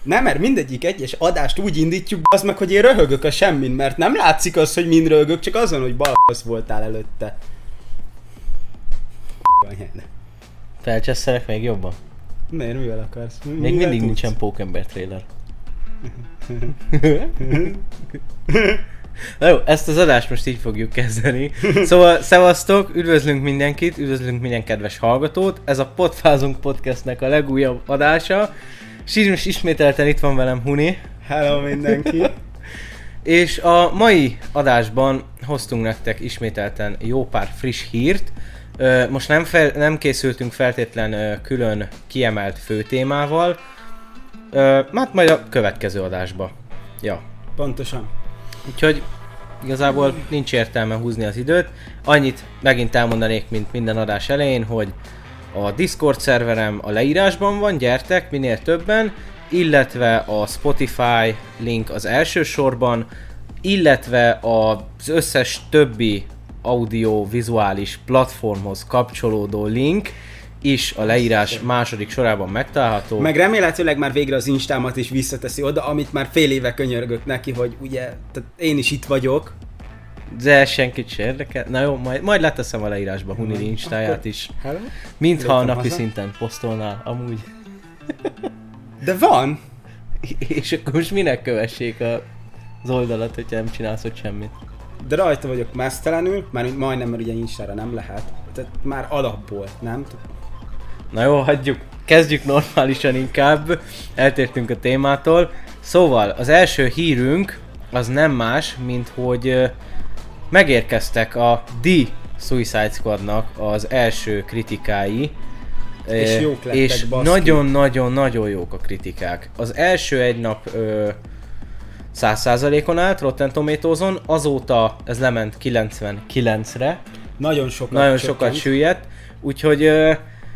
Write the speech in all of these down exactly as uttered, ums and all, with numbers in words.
Nem, mert mindegyik egyes adást úgy indítjuk, az meg, hogy én röhögök a semmin, mert nem látszik az, hogy mind röhögök, csak azon, hogy balfasz voltál előtte. Felcsesszelek még jobban? Miért? Mivel akarsz? Még Mivel mindig tudsz? nincsen Pókember trailer. Na jó, ezt az adást most így fogjuk kezdeni. Szóval szevasztok, üdvözlünk mindenkit, üdvözlünk minden kedves hallgatót. Ez a Podfázunk podcastnek a legújabb adása. És most ismételten itt van velem Huni. Hello mindenki! És a mai adásban hoztunk nektek ismételten jó pár friss hírt. Most nem, fel, nem készültünk feltétlen külön kiemelt főtémával. Hát majd a következő adásba. Ja. Pontosan. Úgyhogy igazából nincs értelme húzni az időt. Annyit megint elmondanék, mint minden adás elején, hogy a Discord szerverem a leírásban van, gyertek minél többen, illetve a Spotify link az első sorban, illetve az összes többi audio-vizuális platformhoz kapcsolódó link is a leírás második sorában megtalálható. Meg remélhetőleg már végre az Instámat is visszateszi oda, amit már fél éve könyörgök neki, hogy ugye, tehát én is itt vagyok. De senkit se érdekel. Na jó, majd, majd leteszem a leírásba Huni Instáját is. Hello? Mintha a Léptem napi haza. szinten posztolnál, amúgy. De van! És akkor most minek kövessék a, az oldalat, hogyha nem csinálsz ott semmit? De rajta vagyok mesztelenül, már majdnem, mert ugye Instára nem lehet. Tehát már alapból, nem? Na jó, hagyjuk. Kezdjük normálisan inkább. Eltértünk a témától. Szóval az első hírünk az nem más, mint hogy ö, megérkeztek a The Suicide Squadnak az első kritikái. És jók lettek, És baszki. nagyon-nagyon-nagyon jók a kritikák. Az első egy nap ö, száz százalékon állt Rotten Tomatoes-on, azóta ez lement kilencvenkilencre. Nagyon sokat Nagyon csökkent. sokat süllyedt, úgyhogy ö,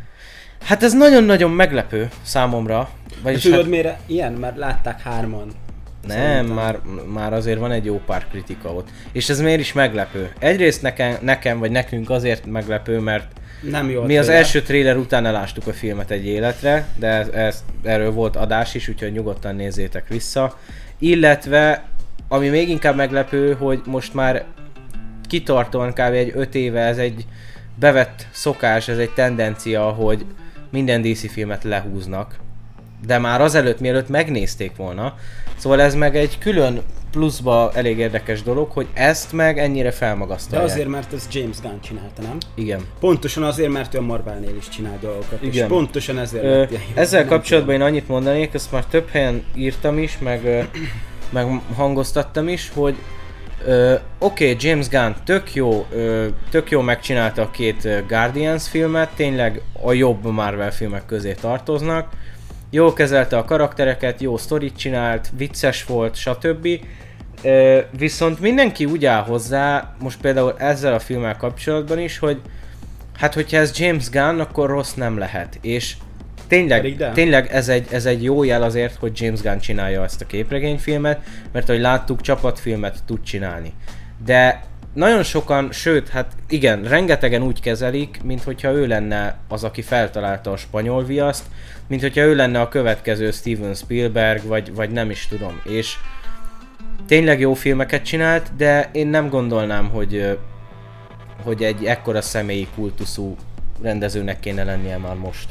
hát ez nagyon-nagyon meglepő számomra. Vagyis Tudod hát, miért ilyen? Mert látták hárman. nem, Szerintem. már, már azért van egy jó pár kritika ott. És ez miért is meglepő? Egyrészt nekem, nekem vagy nekünk azért meglepő, mert Nem jó. mi az trailer. első trailer után elástuk a filmet egy életre, de ez, ez, erről volt adás is, úgyhogy nyugodtan nézzétek vissza. Illetve, ami még inkább meglepő, hogy most már kitartóan kb. Egy öt éve ez egy bevett szokás, ez egy tendencia, hogy minden dé cé filmet lehúznak. De már azelőtt, mielőtt megnézték volna. Szóval ez meg egy külön pluszba elég érdekes dolog, hogy ezt meg ennyire De felmagasztalják. azért, mert ez James Gunn csinálta, nem? Igen. Pontosan azért, mert ő a Marvelnél is csinál dolgokat. Igen. És pontosan ezért Ö, lett ilyen jó. ezzel Nem kapcsolatban én annyit mondanék, ezt már több helyen írtam is, meg, ö, meg hangoztattam is, hogy ö, oké, okay, James Gunn tök jó, ö, tök jó megcsinálta a két ö, Guardians filmet, tényleg a jobb Marvel filmek közé tartoznak. Jól kezelte a karaktereket, jó sztorit csinált, vicces volt, stb. Ö, viszont mindenki úgy áll hozzá, most például ezzel a filmmel kapcsolatban is, hogy hát hogyha ez James Gunn, akkor rossz nem lehet. És tényleg, Pedig de. tényleg ez, egy, ez egy jó jel azért, hogy James Gunn csinálja ezt a képregényfilmet, mert ahogy láttuk, csapatfilmet tud csinálni. De nagyon sokan, sőt, hát igen, rengetegen úgy kezelik, mint hogyha ő lenne az, aki feltalálta a spanyol viaszt, mint hogyha ő lenne a következő Steven Spielberg, vagy, vagy nem is tudom. És tényleg jó filmeket csinált, de én nem gondolnám, hogy, ö, hogy egy ekkora személyi kultuszú rendezőnek kéne lennie már most.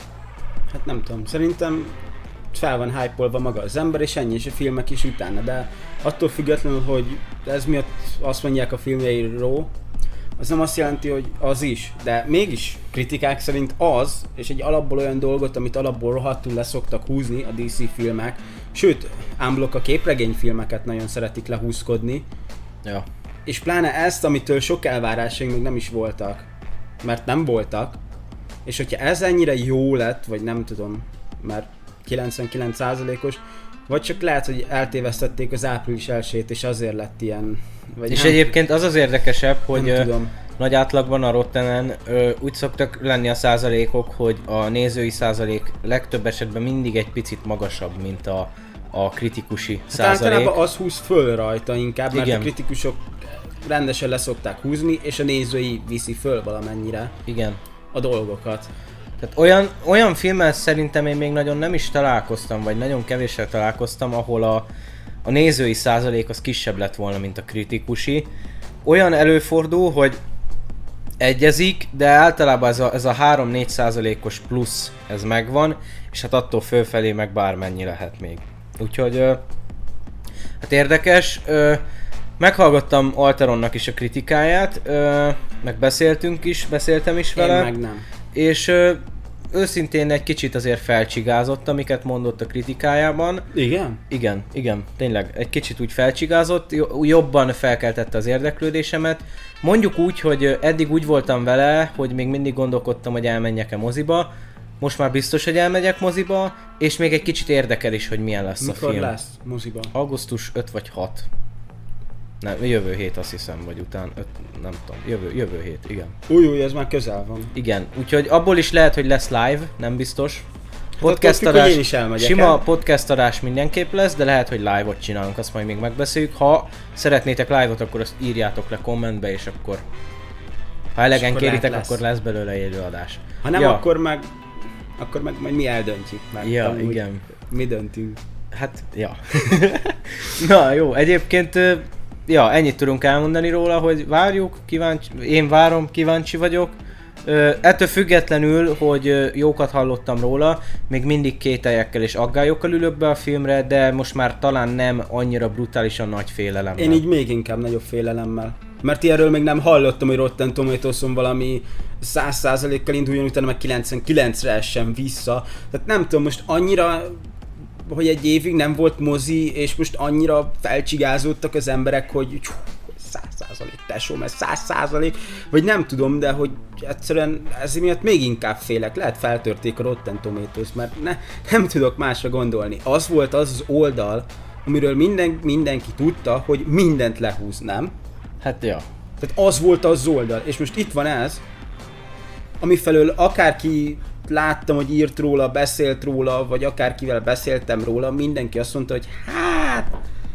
Hát nem tudom, szerintem fel van hype-olva maga az ember, és ennyi, és a filmek is utána, de attól függetlenül, hogy ez miatt azt mondják a filmjeiről, az nem azt jelenti, hogy az is, de mégis kritikák szerint az, és egy alapból olyan dolgot, amit alapból rohadtul leszoktak húzni a dé cé filmek, sőt, unblock a képregényfilmeket nagyon szeretik lehúzkodni, Ja. és pláne ezt, amitől sok elvárásaink még nem is voltak, mert nem voltak, és hogyha ez ennyire jó lett, vagy nem tudom, mert kilencvenkilenc százalékos, vagy csak lehet, hogy eltévesztették az április elsejét, és azért lett ilyen... Vagy És nem, egyébként az az érdekesebb, hogy nem ö, tudom. nagy átlagban a Rottenen ö, úgy szoktak lenni a százalékok, hogy a nézői százalék legtöbb esetben mindig egy picit magasabb, mint a, a kritikusi Hát százalék. általában az húz föl rajta inkább, mert Igen. a kritikusok rendesen leszokták húzni, és a nézői viszi föl valamennyire Igen. a dolgokat. Tehát olyan, olyan filmmel szerintem én még nagyon nem is találkoztam, vagy nagyon kevéssel találkoztam, ahol a, a nézői százalék az kisebb lett volna, mint a kritikusi. Olyan előfordul, hogy egyezik, de általában ez a, ez a három-négy százalékos plusz ez megvan, és hát attól fölfelé meg bármennyi lehet még. Úgyhogy ö, hát érdekes, ö, meghallgattam Alteronnak is a kritikáját, ö, meg beszéltünk is, beszéltem is vele. Én meg nem. És ö, őszintén egy kicsit azért felcsigázott, amiket mondott a kritikájában. Igen? Igen, igen, tényleg egy kicsit úgy felcsigázott, jobban felkeltette az érdeklődésemet. Mondjuk úgy, hogy eddig úgy voltam vele, hogy még mindig gondolkodtam, hogy elmenjek-e moziba. Most már biztos, hogy elmegyek moziba, és még egy kicsit érdekel is, hogy milyen lesz Mikor a film. Mikor lesz moziba? augusztus ötödike vagy hatodika. Nem, jövő hét azt hiszem, vagy után, öt, nem tudom, jövő, jövő hét, igen. Új, új, ez már közel van. Igen, úgyhogy abból is lehet, hogy lesz live, nem biztos. Podcast adás, én is elmegyek, sima el. podcast adás mindenképp lesz, de lehet, hogy live-ot csinálunk, azt majd még megbeszéljük. Ha szeretnétek live-ot, akkor azt írjátok le kommentbe, és akkor ha elegen akkor kéritek, lesz. akkor lesz belőle élő adás. Ha nem, ja. akkor meg akkor meg majd mi eldöntjük. Mert Ja, amúgy igen. Mi döntünk. Hát, ja. Na jó, egyébként, ja, ennyit tudunk elmondani róla, hogy várjuk, kíváncsi, én várom, kíváncsi vagyok. Ö, ettől függetlenül, hogy jókat hallottam róla, még mindig kételyekkel és aggályokkal ülök be a filmre, de most már talán nem annyira brutálisan nagy félelemmel. Én így még inkább nagyobb félelemmel. Mert ilyenről még nem hallottam, hogy Rotten Tomatoes-on valami száz százalékkal induljon, utána meg kilencvenkilencre essen vissza. Tehát nem tudom, most annyira, hogy egy évig nem volt mozi, és most annyira felcsigázódtak az emberek, hogy száz százalék tesó, mert száz százalék, vagy nem tudom, de hogy egyszerűen ez miatt még inkább félek. Lehet feltörték a Rotten Tomatoes, mert ne, nem tudok másra gondolni. Az volt az az oldal, amiről minden, mindenki tudta, hogy mindent lehúz, nem? Hát ja. Tehát az volt az oldal, és most itt van ez, amifelől akárki láttam, hogy írt róla, beszélt róla, vagy akárkivel beszéltem róla, mindenki azt mondta, hogy hát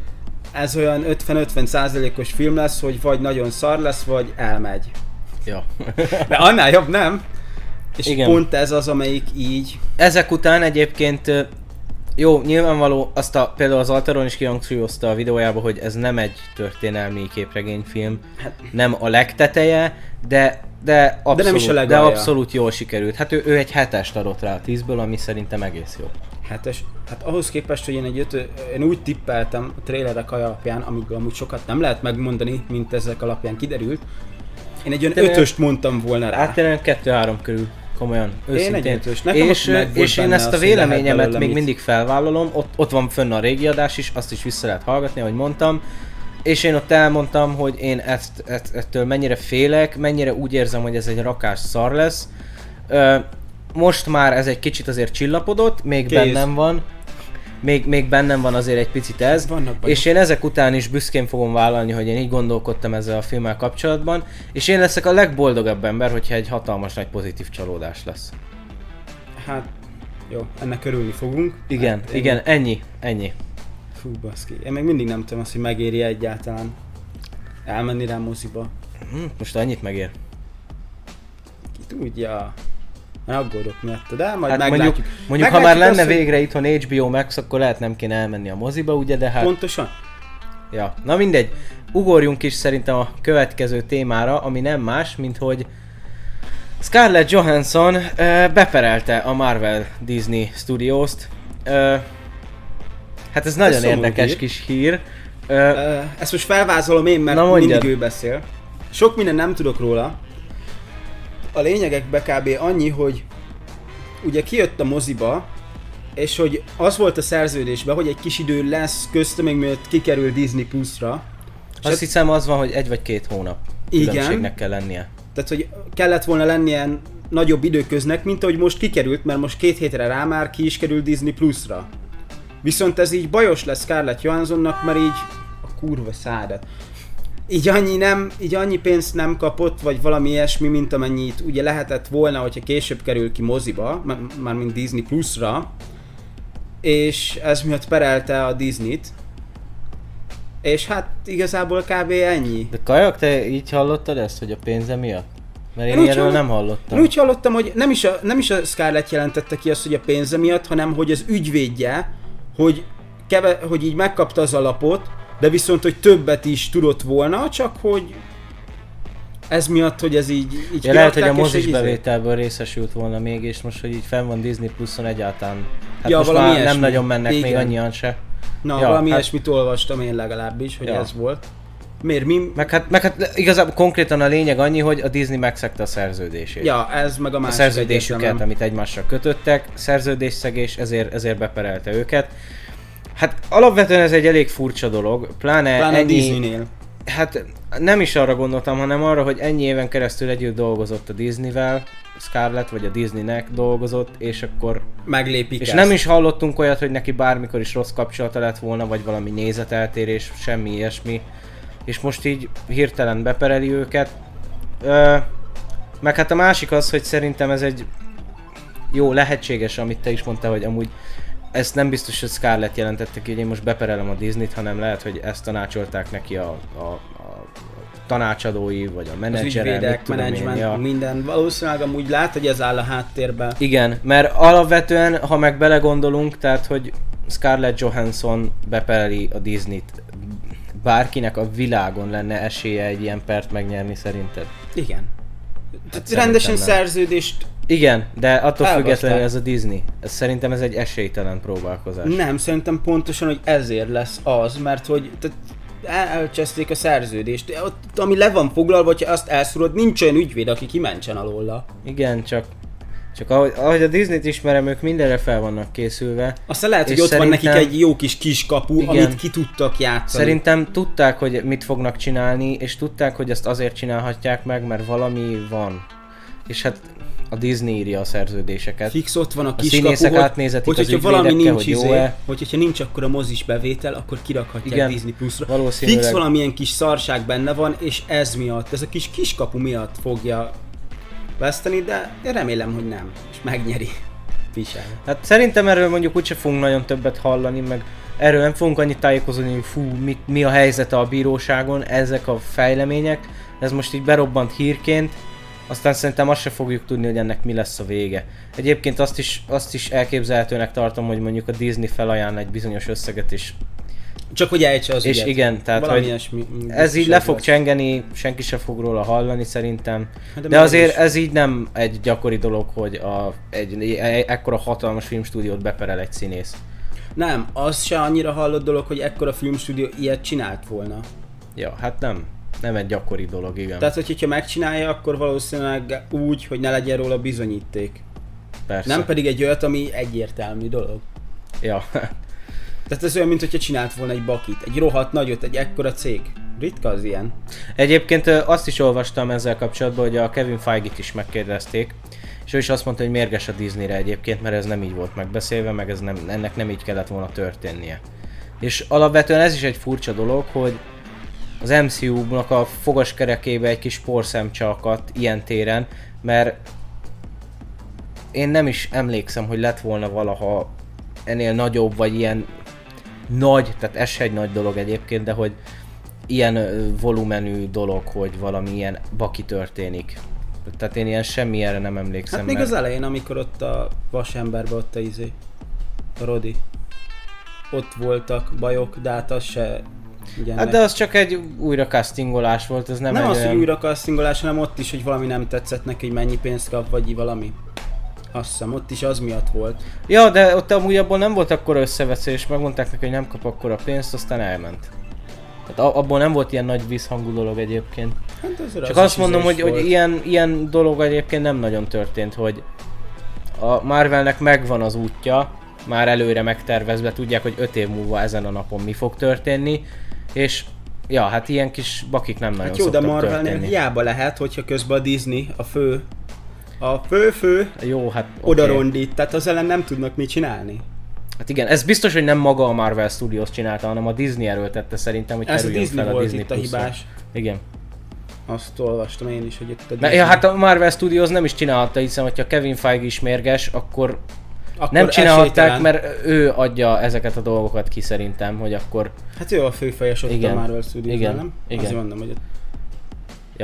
ez olyan ötven-ötven százalékos film lesz, hogy vagy nagyon szar lesz, vagy elmegy. Ja. De annál jobb nem? És igen. Pont ez az, amelyik így... Ezek után egyébként, jó, nyilvánvaló, azt a, például az Alteron is kihangsúlyozta a videójában, hogy ez nem egy történelmi képregényfilm, hát, nem a legteteje, de, de, abszolút, de, nem is a de abszolút jól sikerült. Hát ő, ő egy hetest adott rá a tízből, ami szerintem egész jó. Hetes. Hát ahhoz képest, hogy én egy ötö, én úgy tippeltem a trailerek alapján, amikből amúgy sokat nem lehet megmondani, mint ezek alapján kiderült. Én egy olyan de ötöst mondtam volna rá. Hát én kettő-három körül, komolyan, őszintén. Én egy ötös. Nekem és és én ezt a véleményemet még mindig felvállalom, ott, ott van fönn a régi adás is, azt is vissza lehet hallgatni, ahogy mondtam. És én ott elmondtam, hogy én ezt, ezt, ettől mennyire félek, mennyire úgy érzem, hogy ez egy rakás szar lesz. Ö, most már ez egy kicsit azért csillapodott, még Kész. bennem van. Még, még bennem van azért egy picit ez, és én ezek után is büszkén fogom vállalni, hogy én így gondolkodtam ezzel a filmmel kapcsolatban, és én leszek a legboldogabb ember, hogyha egy hatalmas nagy pozitív csalódás lesz. Hát, jó, ennek örülni fogunk. Igen, hát, igen, én... ennyi, ennyi. Fú, baszki, én még mindig nem tudom azt, hogy megéri egyáltalán elmenni rá moziba. Hm, most annyit megér. Ki tudja. Már aggódok miatta, de majd hát meglátjuk. Mondjuk, mondjuk ha már lenne azt, végre hogy... itthon há bé o Max, akkor lehet nem kéne elmenni a moziba, ugye, de hát... Pontosan. Ja, na mindegy. Ugorjunk is szerintem a következő témára, ami nem más, mint hogy Scarlett Johansson uh, beperelte a Marvel Disney Studios-t. Uh, hát ez nagyon ez érdekes hír. kis hír. Uh, uh, ezt most felvázolom én, mert mindig ő beszél. Sok minden nem tudok róla. A lényegekbe kb. Annyi, hogy ugye kijött a moziba, és hogy az volt a szerződésben, hogy egy kis idő lesz közte, még mielőtt kikerül Disney Plus-ra. Azt hiszem az van, hogy egy vagy két hónap különbségnek kell lennie. Tehát, hogy kellett volna lennie nagyobb időköznek, mint ahogy most kikerült, mert most két hétre rá már ki is kerül Disney Plus-ra. Viszont ez így bajos lesz Scarlett Johanssonnak, mert így a kurva szádat. Így annyi, nem, így annyi pénzt nem kapott, vagy valami ilyesmi, mint amennyit ugye lehetett volna, hogyha később kerül ki moziba, már mint Disney Plus-ra, és ez miatt perelte a Disney-t. És hát igazából kb. Ennyi. De Kajak, te így hallottad ezt, hogy a pénze miatt? Mert én, én erről hallott, nem hallottam. Én úgy hallottam, hogy nem is, a, nem is a Scarlett jelentette ki azt, hogy a pénze miatt, hanem hogy az ügyvédje, hogy, keve, hogy így megkapta az alapot, de viszont, hogy többet is tudott volna, csak hogy ez miatt, hogy ez így, így ja, lehet, hogy a mozis izé- bevételből részesült volna még, és most, hogy így fenn van Disney Pluszon egyáltalán. Hát Ja, most valami már nem ilyesmi. nagyon mennek Igen. még annyian se. Na, Ja, valami hát- ilyesmit olvastam én legalábbis, hogy Ja. ez volt. Miért? Mi? Meg hát, meg hát igazából konkrétan a lényeg annyi, hogy a Disney megszegte a szerződését. Ja, ez meg a a másik szerződésüket, egyértelműen. amit egymással kötöttek, szerződésszegés, ezért, ezért beperelte őket. Hát alapvetően ez egy elég furcsa dolog, pláne, Pláne a ennyi, Disneynél. hát nem is arra gondoltam, hanem arra, hogy ennyi éven keresztül együtt dolgozott a Disneyvel, Scarlett vagy a Disneynek dolgozott, és akkor... Meglépik És ezt. nem is hallottunk olyat, hogy neki bármikor is rossz kapcsolata lett volna, vagy valami nézeteltérés, semmi ilyesmi. És most így hirtelen bepereli őket. Ö, meg hát a másik az, hogy szerintem ez egy jó, lehetséges, amit te is mondtál, hogy amúgy ezt nem biztos, hogy Scarlett jelentette ki, hogy én most beperelem a Disneyt, hanem lehet, hogy ezt tanácsolták neki a, a, a tanácsadói, vagy a Az menedzsere, mit ügyvédek, tudom én, menedzsment, ja. minden. Valószínűleg amúgy lát, hogy ez áll a háttérben. Igen, mert alapvetően, ha meg belegondolunk, tehát, hogy Scarlett Johansson bepereli a Disneyt, bárkinek a világon lenne esélye egy ilyen pert megnyerni szerinted? Igen. Tehát szerintem rendesen nem. szerződést Igen, de attól Elbaszták. függetlenül ez a Disney. Ez szerintem ez egy esélytelen próbálkozás. nem, szerintem pontosan, hogy ezért lesz az, mert hogy tehát el- elcseszték a szerződést. Ott, ami le van foglalva, hogyha azt elszúrod, nincs olyan ügyvéd, aki kimentsen alóla. Igen, csak, csak ahogy, ahogy a Disneyt ismerem, ők mindenre fel vannak készülve. Aztán lehet, hogy És ott van szerintem- nekik egy jó kis kiskapu, Igen. amit ki tudtak játszani. Szerintem tudták, hogy mit fognak csinálni, és tudták, hogy ezt azért csinálhatják meg, mert valami van. És hát a Disney írja a szerződéseket. Fix ott van a A kiskapu, színészek hogy, átnézetik hogy az hogyha valami ügyvédekkel, nincs hogy izé, jó-e. hogy hogyha nincs akkor a mozis bevétel, akkor kirakhatják Igen, Disney Plus-ra. valószínűleg. Fix valamilyen kis szarság benne van, és ez miatt, ez a kis kiskapu miatt fogja veszteni, de én remélem, hogy nem. És megnyeri. Pisál. Hát szerintem erről mondjuk úgyse fogunk nagyon többet hallani, meg erről nem fogunk annyit tájékozódni, hogy fú, mi, mi a helyzete a bíróságon, ezek a fejlemények. Ez most így berobbant hírként, aztán szerintem azt se fogjuk tudni, hogy ennek mi lesz a vége. Egyébként azt is, azt is elképzelhetőnek tartom, hogy mondjuk a Disney felajánl egy bizonyos összeget, és, Csak hogy ejtse az és ügyet. igen, tehát Valami hogy ilyesmi, ez így biztos le ez fog lesz. csengeni, senki sem fog róla hallani szerintem. Hát De meg azért is. ez így nem egy gyakori dolog, hogy a, egy, egy ekkora hatalmas filmstúdiót beperel egy színész. Nem, az se annyira hallott dolog, hogy ekkora filmstúdió ilyet csinált volna. Ja, hát nem. Nem egy gyakori dolog, igen. Tehát, hogy hogyha megcsinálja, akkor valószínűleg úgy, hogy ne legyen róla bizonyíték. Persze. Nem pedig egy olyat, ami egyértelmű dolog. Ja. Tehát ez olyan, mint hogyha csinált volna egy bakit, egy rohadt nagyot, egy ekkora cég. Ritka az ilyen. Egyébként ö, azt is olvastam ezzel kapcsolatban, hogy a Kevin Feige-t is megkérdezték, és ő is azt mondta, hogy mérges a Disneyre egyébként, mert ez nem így volt megbeszélve, meg ez nem, ennek nem így kellett volna történnie. És alapvetően ez is egy furcsa dolog, hogy az em cé u-nak a fogaskerekébe egy kis porszemcse akadt ilyen téren, mert én nem is emlékszem, hogy lett volna valaha ennél nagyobb, vagy ilyen nagy, tehát ez se egy nagy dolog egyébként, de hogy ilyen ö, volumenű dolog, hogy valami ilyen baki történik. Tehát én ilyen semmi erre nem emlékszem. Hát még mert... az elején, amikor ott a vasemberben ott a izé, a Rodi. Ott voltak bajok, de hát az se... Ugye Hát de az csak egy újra castingolás volt, ez nem, nem egy az, olyan... hogy újra castingolás, hanem ott is, hogy valami nem tetszett neki, hogy mennyi pénzt kap, vagy valami. Azt hiszem, ott is az miatt volt. Ja, de ott amúgy abból nem volt akkora összeveszés, megmondták neki, hogy nem kap akkora pénzt, aztán elment. Tehát a- abból nem volt ilyen nagy visszhangú dolog egyébként. Hát azért Csak az azt is mondom, izés hogy, hogy volt. ilyen, ilyen dolog egyébként nem nagyon történt, hogy a Marvelnek megvan az útja, már előre megtervezve, tudják, hogy öt év múlva ezen a napon mi fog történni, és ja, hát ilyen kis bakik nem nagyon Hát jó, de szoktak Marvelnél történni. hiába lehet, hogyha közben a Disney, a fő, a fő-fő Jó, hát oda oké. rondít, tehát az ellen nem tudnak mit csinálni. Hát igen, ez biztos, hogy nem maga a Marvel Studios csinálta, hanem a Disney erőltette szerintem, hogy Ez a kerüljön Disney fel a volt Disney itt a Plus-ra. hibás. Igen. Azt olvastam én is, hogy itt a Mert, Disney. ja, hát a Marvel Studios nem is csinálhatta, hiszen hogyha Kevin Feige is mérges, akkor Akkor nem csinálhatták, esélytelen. mert ő adja ezeket a dolgokat ki szerintem, hogy akkor... Hát ő a főfejes ott Igen. a Marvel Studios, Igen. nem? Igen. Azért mondom, hogy ott... Ja.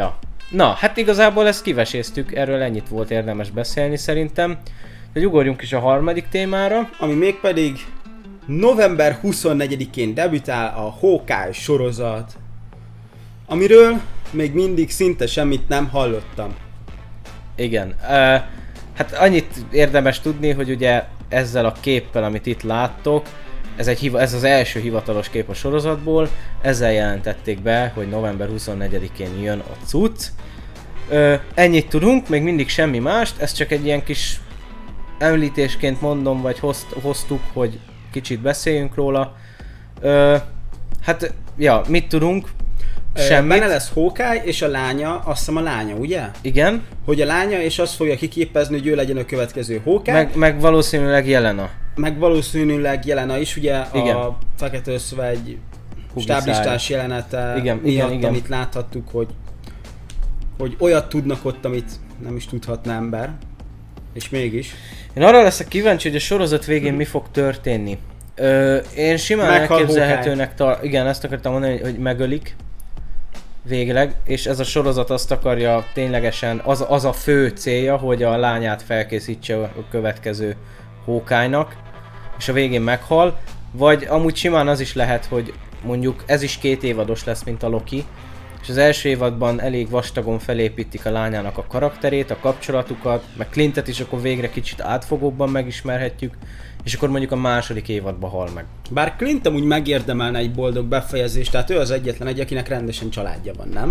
Na, hát igazából ezt kiveséztük, erről ennyit volt érdemes beszélni szerintem. De ugorjunk is a harmadik témára. Ami mégpedig november huszonnegyedikén debütál a Hawkeye sorozat, amiről még mindig szinte semmit nem hallottam. Igen, uh, hát annyit érdemes tudni, hogy ugye ezzel a képpel, amit itt láttok, ez, egy, hiva- ez az első hivatalos kép a sorozatból, ezzel jelentették be, hogy november huszonnegyedikén jön a cucc. Uh, ennyit tudunk, még mindig semmi mást, ez csak egy ilyen kis említésként mondom, vagy hozt, hoztuk, hogy kicsit beszéljünk róla. Uh, hát, ja, mit tudunk? Semmit. Benne lesz Hawkeye és a lánya, azt hiszem a lánya, ugye? Igen. Hogy a lánya, és azt fogja kiképezni, hogy ő legyen a következő Hawkeye. Meg, meg valószínűleg Jelena. Meg valószínűleg Jelena is, ugye igen. A Fekete Özvegy stáblistás jelenete igen, miatt, igen, igen. amit láthattuk, hogy, hogy olyat tudnak ott, amit nem is tudhatna ember. És mégis. Én arra leszek kíváncsi, hogy a sorozat végén mi fog történni. Ö, én simán Meghal elképzelhetőnek tar- igen, ezt akartam mondani, hogy megölik végleg, és ez a sorozat azt akarja ténylegesen, az, az a fő célja, hogy a lányát felkészítse a következő Hawkeye-nak, és a végén meghal, vagy amúgy simán az is lehet, hogy mondjuk ez is két évados lesz, mint a Loki, és az első évadban elég vastagon felépítik a lányának a karakterét, a kapcsolatukat, meg Clintet is akkor végre kicsit átfogóbban megismerhetjük, és akkor mondjuk a második évadban hal meg. Bár Clint amúgy megérdemelne egy boldog befejezést, tehát ő az egyetlen egy, akinek rendesen családja van, nem?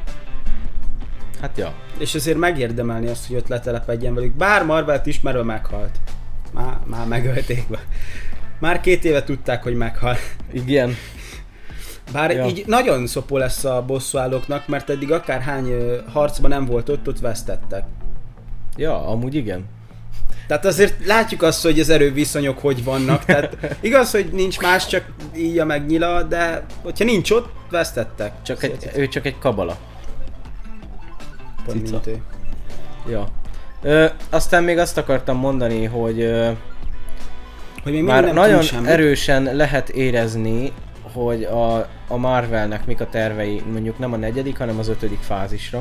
Hát ja. És azért megérdemelni azt, hogy ott letelepedjen velük. Bár Marvelt ismerve meghalt. Már, már megölték be. Már két éve tudták, hogy meghal. Igen. Bár ja. Így nagyon szopó lesz a bosszúállóknak, mert eddig akárhány harcban nem volt ott, ott vesztettek. Ja, amúgy igen. Tehát azért látjuk azt, hogy az erőviszonyok hogy vannak, tehát igaz, hogy nincs más, csak így a megnyila, de hogyha nincs ott, vesztettek. Csak egy, ő csak egy kabala. Pont mint ő. Ja. Ö, aztán még azt akartam mondani, hogy, ö, hogy még már nem nagyon semmit. erősen lehet érezni, hogy a, a Marvelnek mik a tervei, mondjuk nem a negyedik, hanem az ötödik fázisra.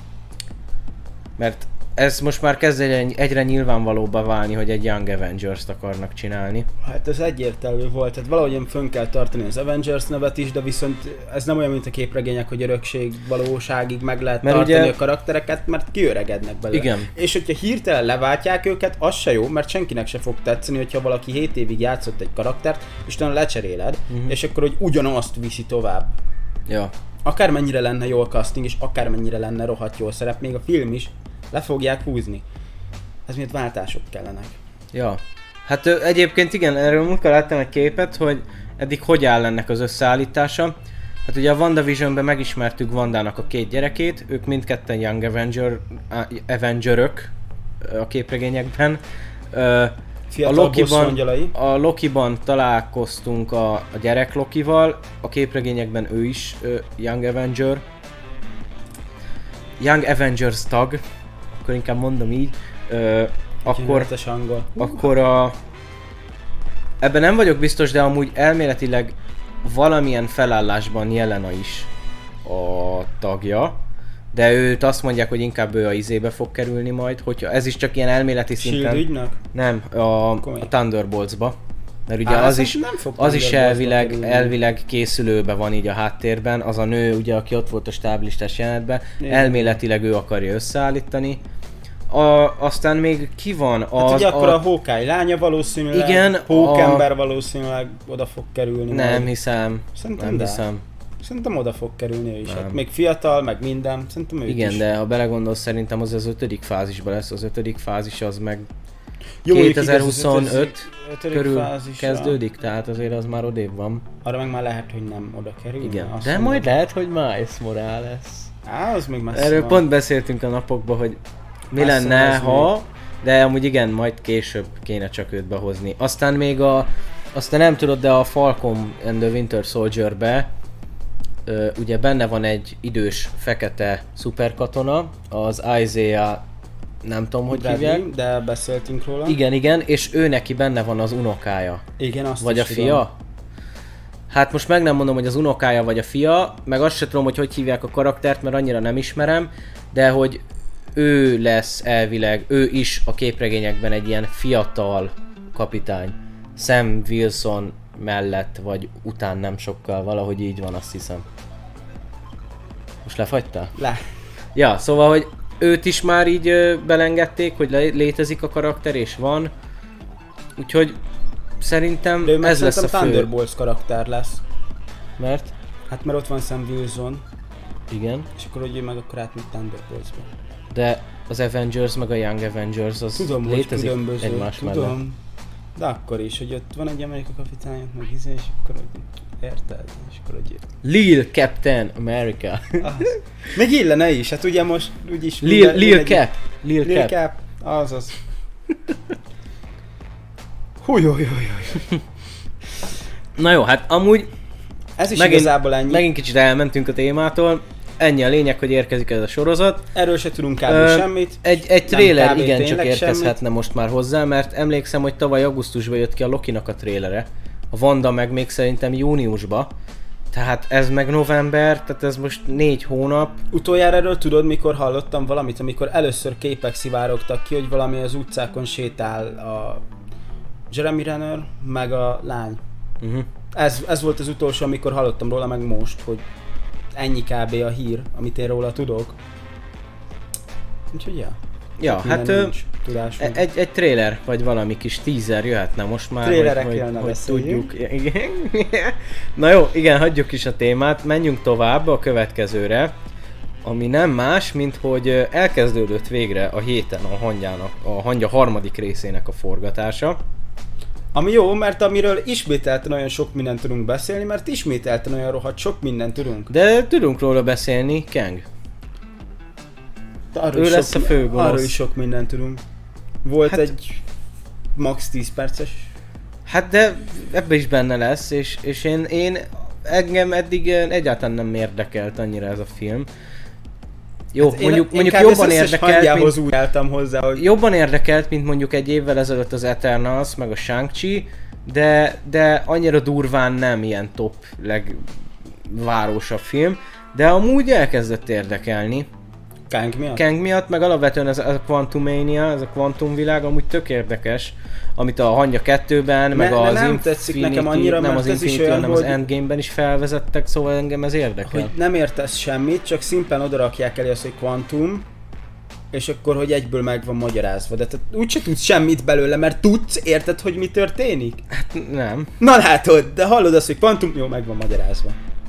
Mert ez most már kezd egyre, egyre nyilvánvalóbbá válni, hogy egy Young Avengers-t akarnak csinálni. Hát ez egyértelmű volt, tehát valahogyan fönn kell tartani az Avengers nevet is, de viszont ez nem olyan, mint a képregények, hogy örökség valóságig meg lehet mert tartani ugye... a karaktereket, mert kiöregednek belőle. Igen. És hogyha hirtelen leváltják őket, az se jó, mert senkinek se fog tetszeni, hogyha valaki hét évig játszott egy karaktert, és utána lecseréled, uh-huh. és akkor hogy ugyanazt viszi tovább. Ja. Akármennyire lenne jó a casting, és akármennyire lenne rohadt jó szerep, még a film is, le fogják húzni. Ez miatt váltások kellenek. Ja. Hát ö, egyébként igen, erről múltkor láttam egy képet, hogy eddig hogy áll ennek az összeállítása. Hát ugye a WandaVisionben megismertük Wandának a két gyerekét, ők mindketten Young Avenger, Avengerök a képregényekben. Ö, a Lokiban, a Lokiban találkoztunk a, a gyerek Lokival, a képregényekben ő is ö, Young Avenger. Young Avengers tag, akkor inkább mondom így, ö, akkor, akkor a... Ebben nem vagyok biztos, de amúgy elméletileg valamilyen felállásban Jelena is a tagja, de őt azt mondják, hogy inkább ő a izébe fog kerülni majd, hogyha ez is csak ilyen elméleti szinten... Shield nem, a, a Thunderboltsba. Mert ugye Á, az is, az is elvileg, kerülni. elvileg készülőben van így a háttérben, az a nő, ugye, aki ott volt a stáblistás jelenetben, elméletileg ő akarja összeállítani. A, aztán még ki van? A, hát ugye a, akkor a Hawkeye lánya valószínűleg, igen, Hawkember a... valószínűleg oda fog kerülni. Nem majd. hiszem, Szerintem nem de. hiszem. Szerintem oda fog kerülni ő is. Hát még fiatal, meg minden. Szerintem ő igen, is. de ha belegondolsz, szerintem az az ötödik fázisban lesz, az ötödik fázis az meg jó, kétezer-huszonöt körül fázisra. Kezdődik, tehát azért az már odébb van. Arra meg már lehet, hogy nem oda kerül. Igen, de mondom, majd lehet, hogy Miles Morales. Á, az még messze Erről van. pont beszéltünk a napokban, hogy mi messze lenne, ha, még. de amúgy igen, majd később kéne csak őt behozni. Aztán még a, aztán nem tudod, de a Falcon and the Winter Soldier-be ö, ugye benne van egy idős fekete szuperkatona, az Isaiah, nem tudom, hogy Bradley, hívják. de beszéltünk róla. Igen, igen, és ő neki benne van az unokája. Igen, azt vagy is a fia. tudom. Hát most meg nem mondom, hogy az unokája vagy a fia, meg azt se tudom, hogy hogy hívják a karaktert, mert annyira nem ismerem, de hogy ő lesz elvileg, ő is a képregényekben egy ilyen fiatal kapitány. Sam Wilson mellett, vagy után nem sokkal, valahogy így van, azt hiszem. Most lefagytál? Le. Ja, szóval, hogy őt is már így ö, belengedték, hogy le- létezik a karakter, és van. Úgyhogy szerintem De ő meg ez lesz a szerintem fő. Thunderbolts karakter lesz. Mert? Hát mert ott van Sam Wilson, Igen. és akkor hogy ő meg akkor átmegy Thunderboltsba. De az Avengers meg a Young Avengers az Tudom, hogy létezik különböző, egymás mellett. tudom. De akkor is, hogy ott van egy Amerika kapitány, meg izé, és akkor hogy érted? És akkor hogy... Lil Captain America. Az. Még illene is, hát ugye most úgyis... Lil, minden- Lil mindenki- Cap. Lil, Lil Cap. Cap, azaz. Húj, húj, húj, húj. Na jó, hát amúgy Ez is megint, igazából ennyi. megint kicsit elmentünk a témától. Ennyi a lényeg, hogy érkezik ez a sorozat. Erről se tudunk kb. Ö, semmit. Egy, egy Nem trailer kb. igencsak tényleg érkezhetne semmit. most már hozzá, mert emlékszem, hogy tavaly augusztusban jött ki a Lokinak a trailere. A Wanda meg még szerintem júniusba. Tehát ez meg november, tehát ez most négy hónap. Utoljára erről tudod, mikor hallottam valamit, amikor először képek szivárogtak ki, hogy valami az utcákon sétál a Jeremy Renner, meg a lány. Uh-huh. Ez, ez volt az utolsó, amikor hallottam róla, meg most, hogy ennyi kb. A hír, amit én róla tudok. Úgyhogy ja. Ja, Minden hát ö, nincs tudásunk. egy, egy trailer, vagy valami kis teaser jöhetne most már, Trailerekről hogy, ne hogy, hogy beszéljünk. tudjuk. Igen. Na jó, igen, hagyjuk is a témát, menjünk tovább a következőre, ami nem más, mint hogy ö, elkezdődött végre a héten a hangyának, a hangya harmadik részének a forgatása. Ami jó, mert amiről ismételten olyan sok mindent tudunk beszélni, mert ismételten olyan rohadt sok mindent tudunk. De tudunk róla beszélni, Kang. De arról Ő is lesz sok, a főgonosz. Arról is sok mindent tudunk. Volt Hát- hát, egy max tíz perces. Hát de ebbe is benne lesz, és, és én, én engem eddig ö, egyáltalán nem érdekelt annyira ez a film. Jó, Hát mondjuk, én, mondjuk én jobban az összes érdekelt, hangyához mint, úgy álltam hozzá, hogy jobban érdekelt, mint mondjuk egy évvel ezelőtt az Eternals, meg a Shang-Chi, de, de annyira durván nem ilyen top legvárósabb film, de amúgy elkezdett érdekelni. Kang miatt. Kang miatt, meg alapvetően ez a Quantumania, ez a kvantumvilág amúgy tök érdekes, amit a Hangya kettőben, meg ne, az nem Infinity, tetszik nekem annyira, nem mert az ez is Infinity, olyan, hanem az hogy- Endgame-ben is felvezettek, szóval engem ez érdekel. Hogy nem értesz semmit, csak szimplán odarakják elé azt, hogy kvantum, és akkor, hogy egyből meg van magyarázva. De te úgyse tudsz semmit belőle, mert tudsz, érted, hogy mi történik? Hát nem. Na látod, de hallod azt, hogy kvantum, jó, meg van magyarázva.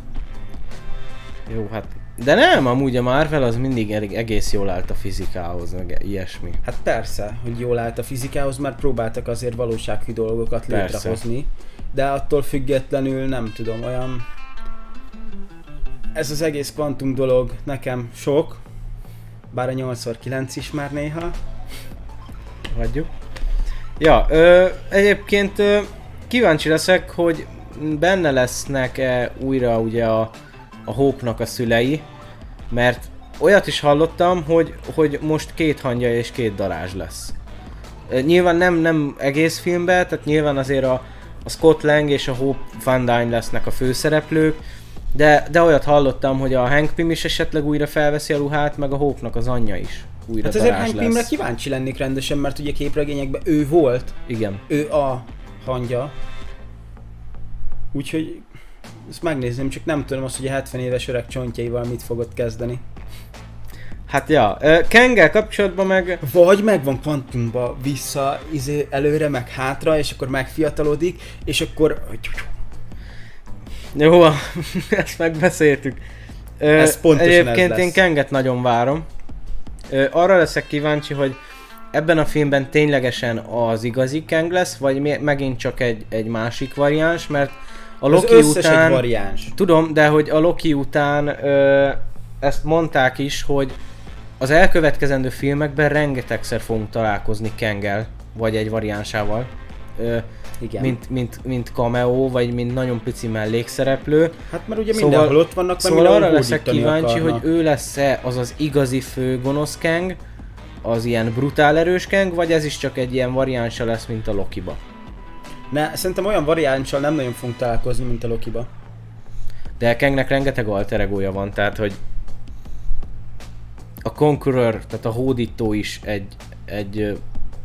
Jó, hát... De nem, amúgy a Marvel az mindig elég- egész jól állt a fizikához, meg ilyesmi. Hát persze, hogy jól állt a fizikához, mert próbáltak azért valósághű dolgokat Persze. létrehozni. De attól függetlenül nem tudom, olyan... Ez az egész kvantum dolog nekem sok, bár a nyolc kilenc is már néha. Hagyjuk. Ja, ö, egyébként ö, kíváncsi leszek, hogy benne lesznek-e újra ugye a, a Hope-nak a szülei, mert olyat is hallottam, hogy, hogy most két hangya és két darázs lesz. Ö, nyilván nem, nem egész filmben, tehát nyilván azért a, a Scott Lang és a Hope Van Dyne lesznek a főszereplők, de, de olyat hallottam, hogy a Hank Pym is esetleg újra felveszi a ruhát, meg a Hope-nak az anyja is újra Hát ezért darázs Hank Pymre lesz. kíváncsi lennék rendesen, mert ugye képregényekben ő volt, Igen. ő a hangya. Úgyhogy ezt megnézném, csak nem tudom azt, hogy a hetven éves öreg csontjaival mit fogod kezdeni. Hát ja, ö, Kanggel kapcsolatban meg... Vagy megvan kvantumba vissza, izé, előre, meg hátra, és akkor megfiatalodik, és akkor... Jó, ezt megbeszéltük. Ö, Ez pontosan egyébként ez én lesz. Kanget nagyon várom. Ö, arra leszek kíváncsi, hogy ebben a filmben ténylegesen az igazi Kang lesz, vagy mi- megint csak egy, egy másik variáns, mert a Az Loki összes után... egy variáns. Tudom, de hogy a Loki után ö, ezt mondták is, hogy az elkövetkezendő filmekben rengetegszer fogunk találkozni Kanggel, vagy egy variánsával. Ö, Igen. mint, mint, mint cameo, vagy mint nagyon pici mellékszereplő. Hát mert ugye Szóval- mindenhol ott vannak, mert Szóval mindenhol arra leszek hódítani kíváncsi, akarnak. hogy ő lesz-e az az igazi fő gonosz Kang, az ilyen brutál erős Kang, vagy ez is csak egy ilyen variánsa lesz, mint a Lokiba. Ne, szerintem olyan variánssal nem nagyon fogunk találkozni, mint a Lokiba. De Kangnek rengeteg alter egója van, tehát hogy a Conqueror, tehát a hódító is egy, egy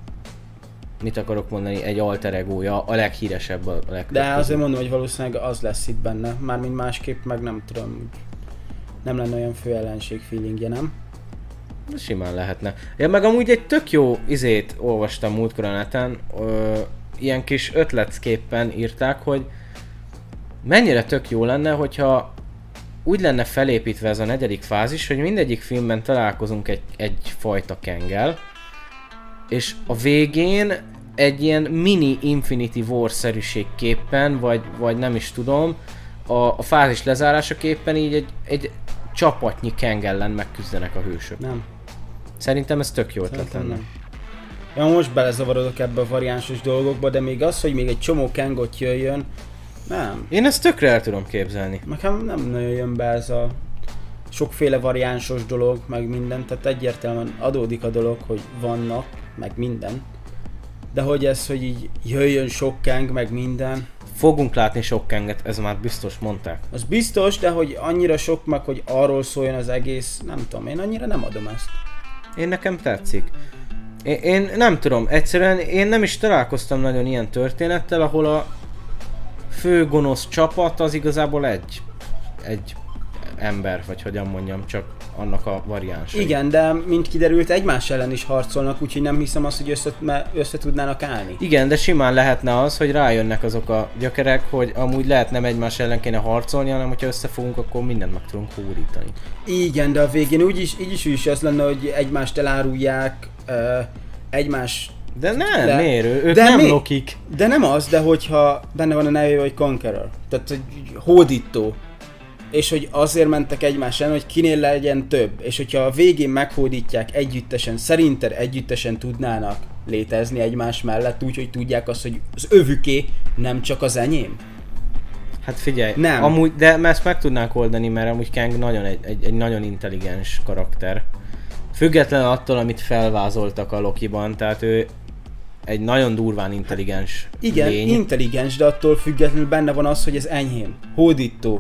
mit akarok mondani, egy alter egója, a leghíresebb, a legtöbb. De azért mondom, hogy valószínűleg az lesz itt benne, mármint másképp meg nem tudom, nem lenne olyan fő ellenség feelingje, nem? De simán lehetne. Ja, meg amúgy egy tök jó izét olvastam múltkor a neten, ö, ilyen kis ötletképpen írták, hogy mennyire tök jó lenne, hogyha úgy lenne felépítve ez a negyedik fázis, hogy mindegyik filmben találkozunk egy, egyfajta Kanggel, és a végén egy ilyen mini Infinity War-szerűségképpen, vagy, vagy nem is tudom, a, a fázis lezárásaképpen így egy, egy csapatnyi Kang ellen megküzdenek a hősök. Nem. Szerintem ez tök jó ötlet lenne. Nem. Ja, most belezavarodok ebbe a variánsos dolgokba, de még az, hogy még egy csomó Kangot jöjjön, nem. Én ezt tökre el tudom képzelni. Nekem nem nagyon jön be ez a sokféle variánsos dolog, meg minden, tehát egyértelműen adódik a dolog, hogy vannak, meg minden. De hogy ez, hogy így jöjjön sok Kang, meg minden. Fogunk látni sok Kanget, ez már biztos mondták. Az biztos, de hogy annyira sok meg, hogy arról szóljon az egész, nem tudom, én annyira nem adom ezt. Én nekem tetszik. Én, én nem tudom, egyszerűen én nem is találkoztam nagyon ilyen történettel, ahol a fő gonosz csapat az igazából egy, egy ember, vagy hogyan mondjam, csak annak a variánsa. Igen, de mint kiderült, egymás ellen is harcolnak, úgyhogy nem hiszem azt, hogy össze, össze tudnának állni. Igen, de simán lehetne az, hogy rájönnek azok a gyökerek, hogy amúgy lehet nem egymás ellen kéne harcolni, hanem hogyha összefogunk, akkor mindent meg tudunk hórítani. Igen, de a végén úgyis, így is, úgy is az lenne, hogy egymást elárulják, uh, egymás... De nem, de, miért? Ők de nem mi? Lokik. De nem az, de hogyha benne van a neve, hogy Conqueror, tehát hogy hódító, és hogy azért mentek egymás ellen, hogy kinél legyen több, és hogyha a végén meghódítják együttesen, szerinted együttesen tudnának létezni egymás mellett, úgy, hogy tudják azt, hogy az övüké, nem csak az enyém? Hát figyelj, nem. Amúgy, de ezt meg tudnánk oldani, mert amúgy Kang nagyon egy, egy, egy nagyon intelligens karakter. Függetlenül attól, amit felvázoltak a Lokiban, tehát ő egy nagyon durván intelligens Igen, lény. intelligens, de attól függetlenül benne van az, hogy ez enyhém, hódító.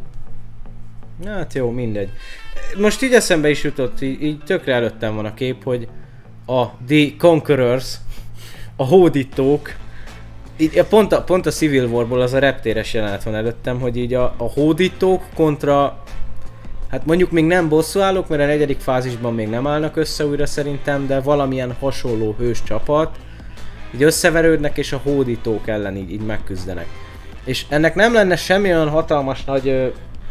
Hát jó, mindegy. Most így eszembe is jutott, így, így tökre előttem van a kép, hogy a The Conquerors, a hódítók, így pont a, pont a Civil Warból az a reptéres jelenet van előttem, hogy így a, a hódítók kontra, hát mondjuk még nem bosszúállók, mert a negyedik fázisban még nem állnak össze újra szerintem, de valamilyen hasonló hős csapat, így összeverődnek és a hódítók ellen így, így megküzdenek. És ennek nem lenne semmi olyan hatalmas nagy ö,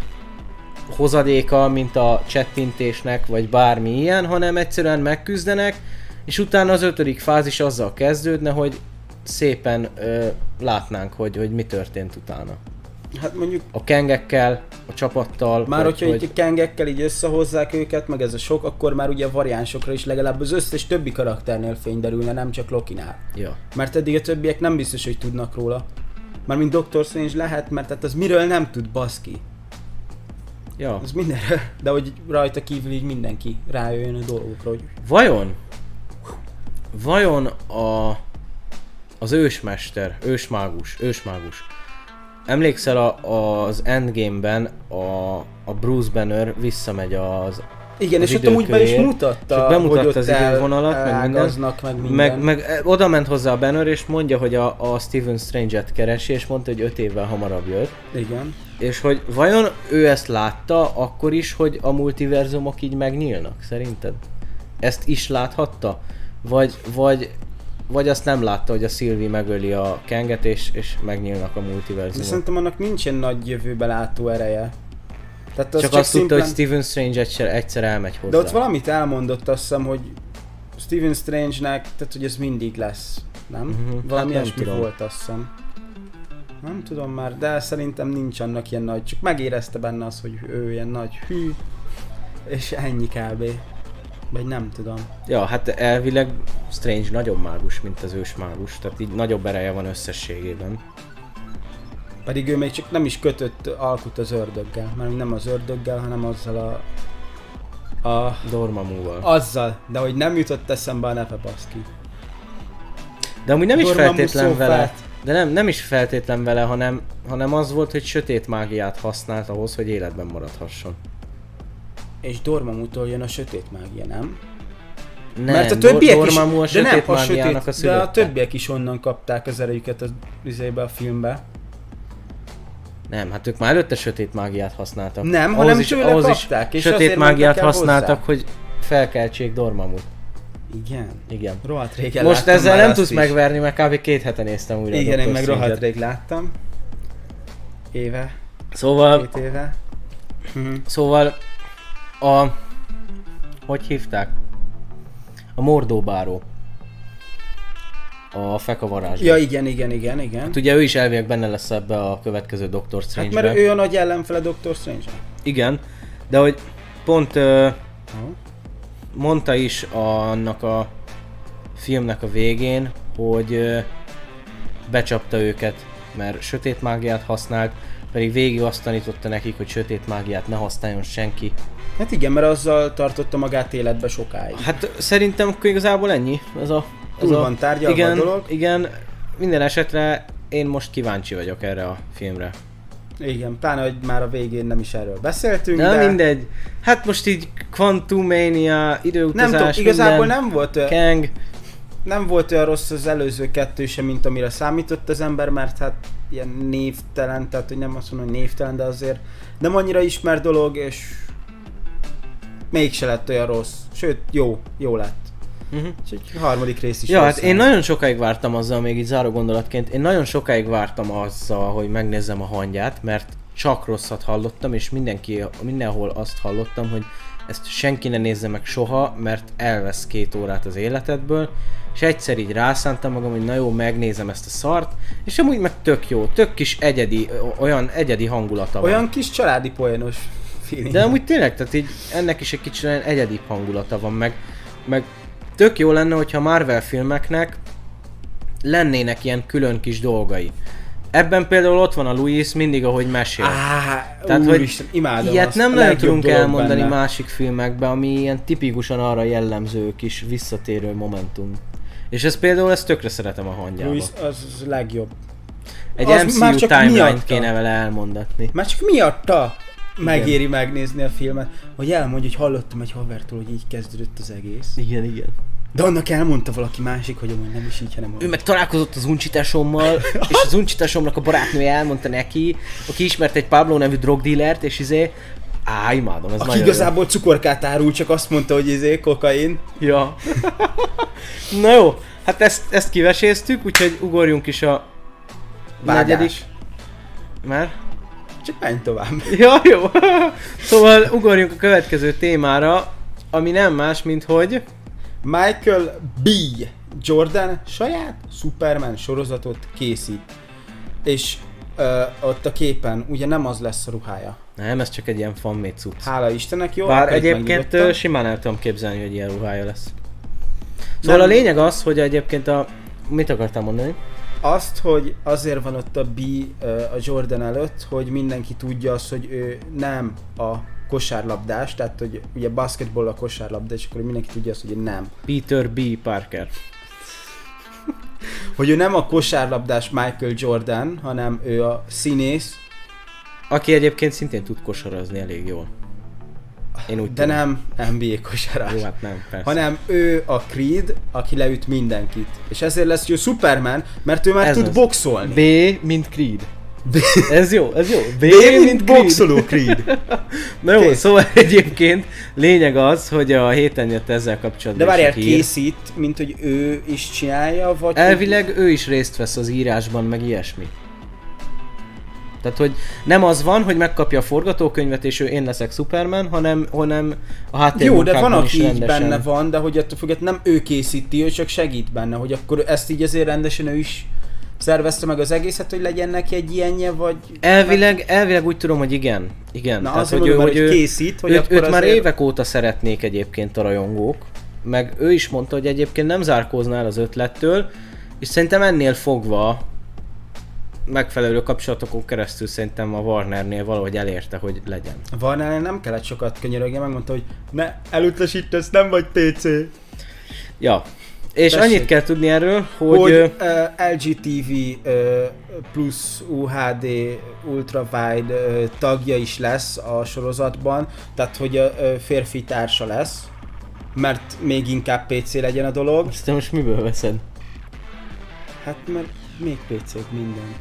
hozadéka, mint a csettintésnek, vagy bármi ilyen, hanem egyszerűen megküzdenek, és utána az ötödik fázis azzal kezdődne, hogy szépen ö, látnánk, hogy, hogy mi történt utána. Hát mondjuk... A Kangekkel, a csapattal... Már vagy, hogyha hogy... így Kangekkel így összehozzák őket, meg ez a sok, akkor már ugye a variánsokra is legalább az összes többi karakternél fény derülne, nem csak Lokinál. Ja. Mert eddig a többiek nem biztos, hogy tudnak róla. Mármint Doctor Strange lehet, mert hát az miről nem tud, baszki. Ja. Az mindenről, de hogy rajta kívül így mindenki rájöjjön a dolgokra, hogy... Vajon? Vajon a... az ősmester, ősmágus, ősmágus. Emlékszel a, az Endgame-ben a, a Bruce Banner visszamegy az igen, az és ott amúgy be is időkőért, mutatta, csak bemutatta hogy ott az el, idővonalat, meg minden. meg minden. Meg, meg oda ment hozzá a Banner, és mondja, hogy a, a Stephen Strange-et keresi, és mondta, hogy öt évvel hamarabb jött. Igen. És hogy vajon ő ezt látta akkor is, hogy a multiverzumok így megnyílnak, szerinted? Ezt is láthatta? Vagy, vagy, vagy azt nem látta, hogy a Sylvie megöli a Kanget, és, és megnyílnak a multiverzumok? De szerintem annak nincsen nagy jövőbe látó ereje. Tehát az csak, csak azt szimplán... tudta, hogy Stephen Strange egyszer, egyszer elmegy hozzá. De ott valamit elmondott, azt hiszem, hogy Stephen Strange-nek, tehát hogy ez mindig lesz, nem? Uh-huh. Valami hát ilyesmi volt, azt hiszem. Nem tudom már, de szerintem nincs annak ilyen nagy, csak megérezte benne az, hogy ő ilyen nagy hű, és ennyi kb. Vagy nem tudom. Ja, hát elvileg Strange nagyobb mágus, mint az ős mágus, tehát így nagyobb ereje van összességében. Pedig ő még csak nem is kötött alkut az ördöggel, mert nem az ördöggel, hanem azzal a... a... Dormammuval. Azzal, de hogy nem jutott eszembe a neve, baszki. De amúgy nem is Dormammu feltétlen so vele. fat. De nem, nem is feltétlen vele, hanem, hanem az volt, hogy sötét mágiát használt ahhoz, hogy életben maradhasson. És Dormammu-tól jön a sötét mágia, nem? Nem, Mert a többiek Dor- is, Dormammu a de nem, sötét a mágiának sötét, a szülötte. de a többiek is onnan kapták az erejüket az izébe a filmbe. Nem, hát ők már előtte sötét mágiát használtak. Nem, ahhoz hanem is, tőle ahhoz kapták, is és sötét azért mágiát mentek el használtak, hozzá. hogy felkeltsék Dormammut. Igen. Igen. Rohadt régen Most láttam ezzel már nem azt tudsz is. megverni, mert kb. két hete néztem újra. Igen, a én meg doktor rohadt Strange-et. rég láttam. Éve, Szóval, két éve. Mhm. szóval a... Hogy hívták? A Mordóbáró. A fekavarázsban. Ja, igen, igen, igen, igen. Hát ugye ő is elvileg benne lesz ebbe a következő Doctor Hát Strange-be. mert ő a nagy ellenfele doktor Strange. Igen, de hogy pont ö, Oh. mondta is annak a filmnek a végén, hogy ö, becsapta őket, mert sötét mágiát használt, pedig végig azt tanította nekik, hogy sötét mágiát ne használjon senki. Hát igen, mert azzal tartotta magát életbe sokáig. Hát szerintem akkor igazából ennyi. Ez a, ez Túl a, van tárgyalva igen, a dolog. Igen, minden esetre én most kíváncsi vagyok erre a filmre. Igen, pláne, hogy már a végén nem is erről beszéltünk, Na de... mindegy. Hát most így Quantumania, időutazás, Nem tudom, igazából minden, nem volt, olyan, Kang. nem volt olyan rossz az előző kettő sem, mint amire számított az ember, mert hát ilyen névtelen, tehát hogy nem azt mondom, hogy névtelen, de azért nem annyira ismert dolog, és mégse lett olyan rossz. Sőt, jó, jó lett. Uh-huh. És egy harmadik rész is Ja, hát rossz én nem. nagyon sokáig vártam azzal, még így záró gondolatként, én nagyon sokáig vártam azzal, hogy megnézzem a hangját, mert csak rosszat hallottam, és mindenki, mindenhol azt hallottam, hogy ezt senki ne nézze meg soha, mert elvesz két órát az életedből, és egyszer így rászántam magam, hogy na jó, megnézem ezt a szart, és amúgy meg tök jó, tök kis egyedi, olyan egyedi hangulata van. Olyan kis családi poénos feeling. De amúgy tényleg, tehát így ennek is egy kicsit olyan egyedibb hangulata van, meg, meg tök jó lenne, hogyha Marvel filmeknek lennének ilyen külön kis dolgai. Ebben például ott van a Louis mindig, ahogy mesél. Á, Tehát, hogy úristen, imádom ilyet azt, nem a nagyon legjobb tudunk dolog elmondani benne. másik filmekben, ami ilyen tipikusan arra jellemző kis visszatérő momentum. És ez például, ezt tökre szeretem a hangyába. Louis az, az legjobb. Egy az em cé már u csak timeline-t miatta. kéne vele elmondatni. Már csak miatta megéri megnézni a filmet, hogy elmondja, hogy hallottam egy havertól, hogy így kezdődött az egész. Igen, igen. De annak elmondta valaki másik, hogy amúgy nem is így, hanem Ő meg találkozott az uncsitásommal, és az uncsitásomnak a barátnője elmondta neki, aki ismert egy Pablo nevű drogdílert, és izé, á, imádom, ez aki nagyon igazából cukorkát árul, csak azt mondta, hogy izé, kokain. jó. Ja. Na jó, hát ezt, ezt kiveséztük, úgyhogy ugorjunk is a Vágás. negyedik. Mert? Csak menj tovább. Ja, jó. Szóval ugorjunk a következő témára, ami nem más, mint hogy... Michael B. Jordan saját Superman sorozatot készít. És ö, ott a képen ugye nem az lesz a ruhája. Nem, ez csak egy ilyen fanmade cucc. Hála Istennek, jó? Bár akkor itt egyébként megnyugodtam. ö, simán el tudom képzelni, hogy ilyen ruhája lesz. Szóval nem. A lényeg az, hogy egyébként a... Mit akartál mondani? Azt, hogy azért van ott a B ö, a Jordan előtt, hogy mindenki tudja azt, hogy ő nem a kosárlabdás, tehát hogy ugye basketball a kosárlabda, és akkor mindenki tudja azt, hogy ő nem. Peter B. Parker. Hogy ő nem a kosárlabdás Michael Jordan, hanem ő a színész, Aki egyébként szintén tud kosarazni elég jól. Én úgy de tudom. nem en bé á kosárás. Jó, hát nem, persze. Hanem ő a Creed, aki leüt mindenkit. És ezért lesz jó Superman, mert ő már Ez tud az. boxolni. B, mint Creed. Ez jó, ez jó. B, B, mint boxoló Creed. Na jó, Kész. szóval egyébként lényeg az, hogy a héten jött ezzel kapcsolatban De is várjál, egy hír. készít, mint hogy ő is csinálja, vagy... Elvileg ő is részt vesz az írásban, meg ilyesmi. Tehát, hogy nem az van, hogy megkapja a forgatókönyvet és ő én leszek Superman, hanem, hanem a Jó, de háttérmunkákban van, is aki így rendesen. benne van, de hogy attól függetlenül nem ő készíti, ő csak segít benne, hogy akkor ezt így azért rendesen ő is szervezte meg az egészet, hogy legyen neki egy ilyenje, vagy... Elvileg, elvileg úgy tudom, hogy igen. Igen. Na Tehát, azért hogy, mondom, ő, hogy, hogy ő, készít, hogy őt, akkor őt már azért... évek óta szeretnék egyébként a rajongók, meg ő is mondta, hogy egyébként nem zárkózná el az ötlettől, és szerintem ennél fogva megfelelő kapcsolatokon keresztül szerintem a Warnernél valahogy elérte, hogy legyen. A Warnernél nem kellett sokat könyörögni, megmondta, hogy ne, elutasítasz, nem vagy pé cé. Ja, És Tessék. annyit kell tudni erről, hogy... Hogy ö, uh, el gé té vé uh, plusz u há dé ultrawide uh, tagja is lesz a sorozatban, tehát hogy a uh, férfi társa lesz, mert még inkább pé cé legyen a dolog. Azt te most miből veszed? Hát mert még pé cé minden.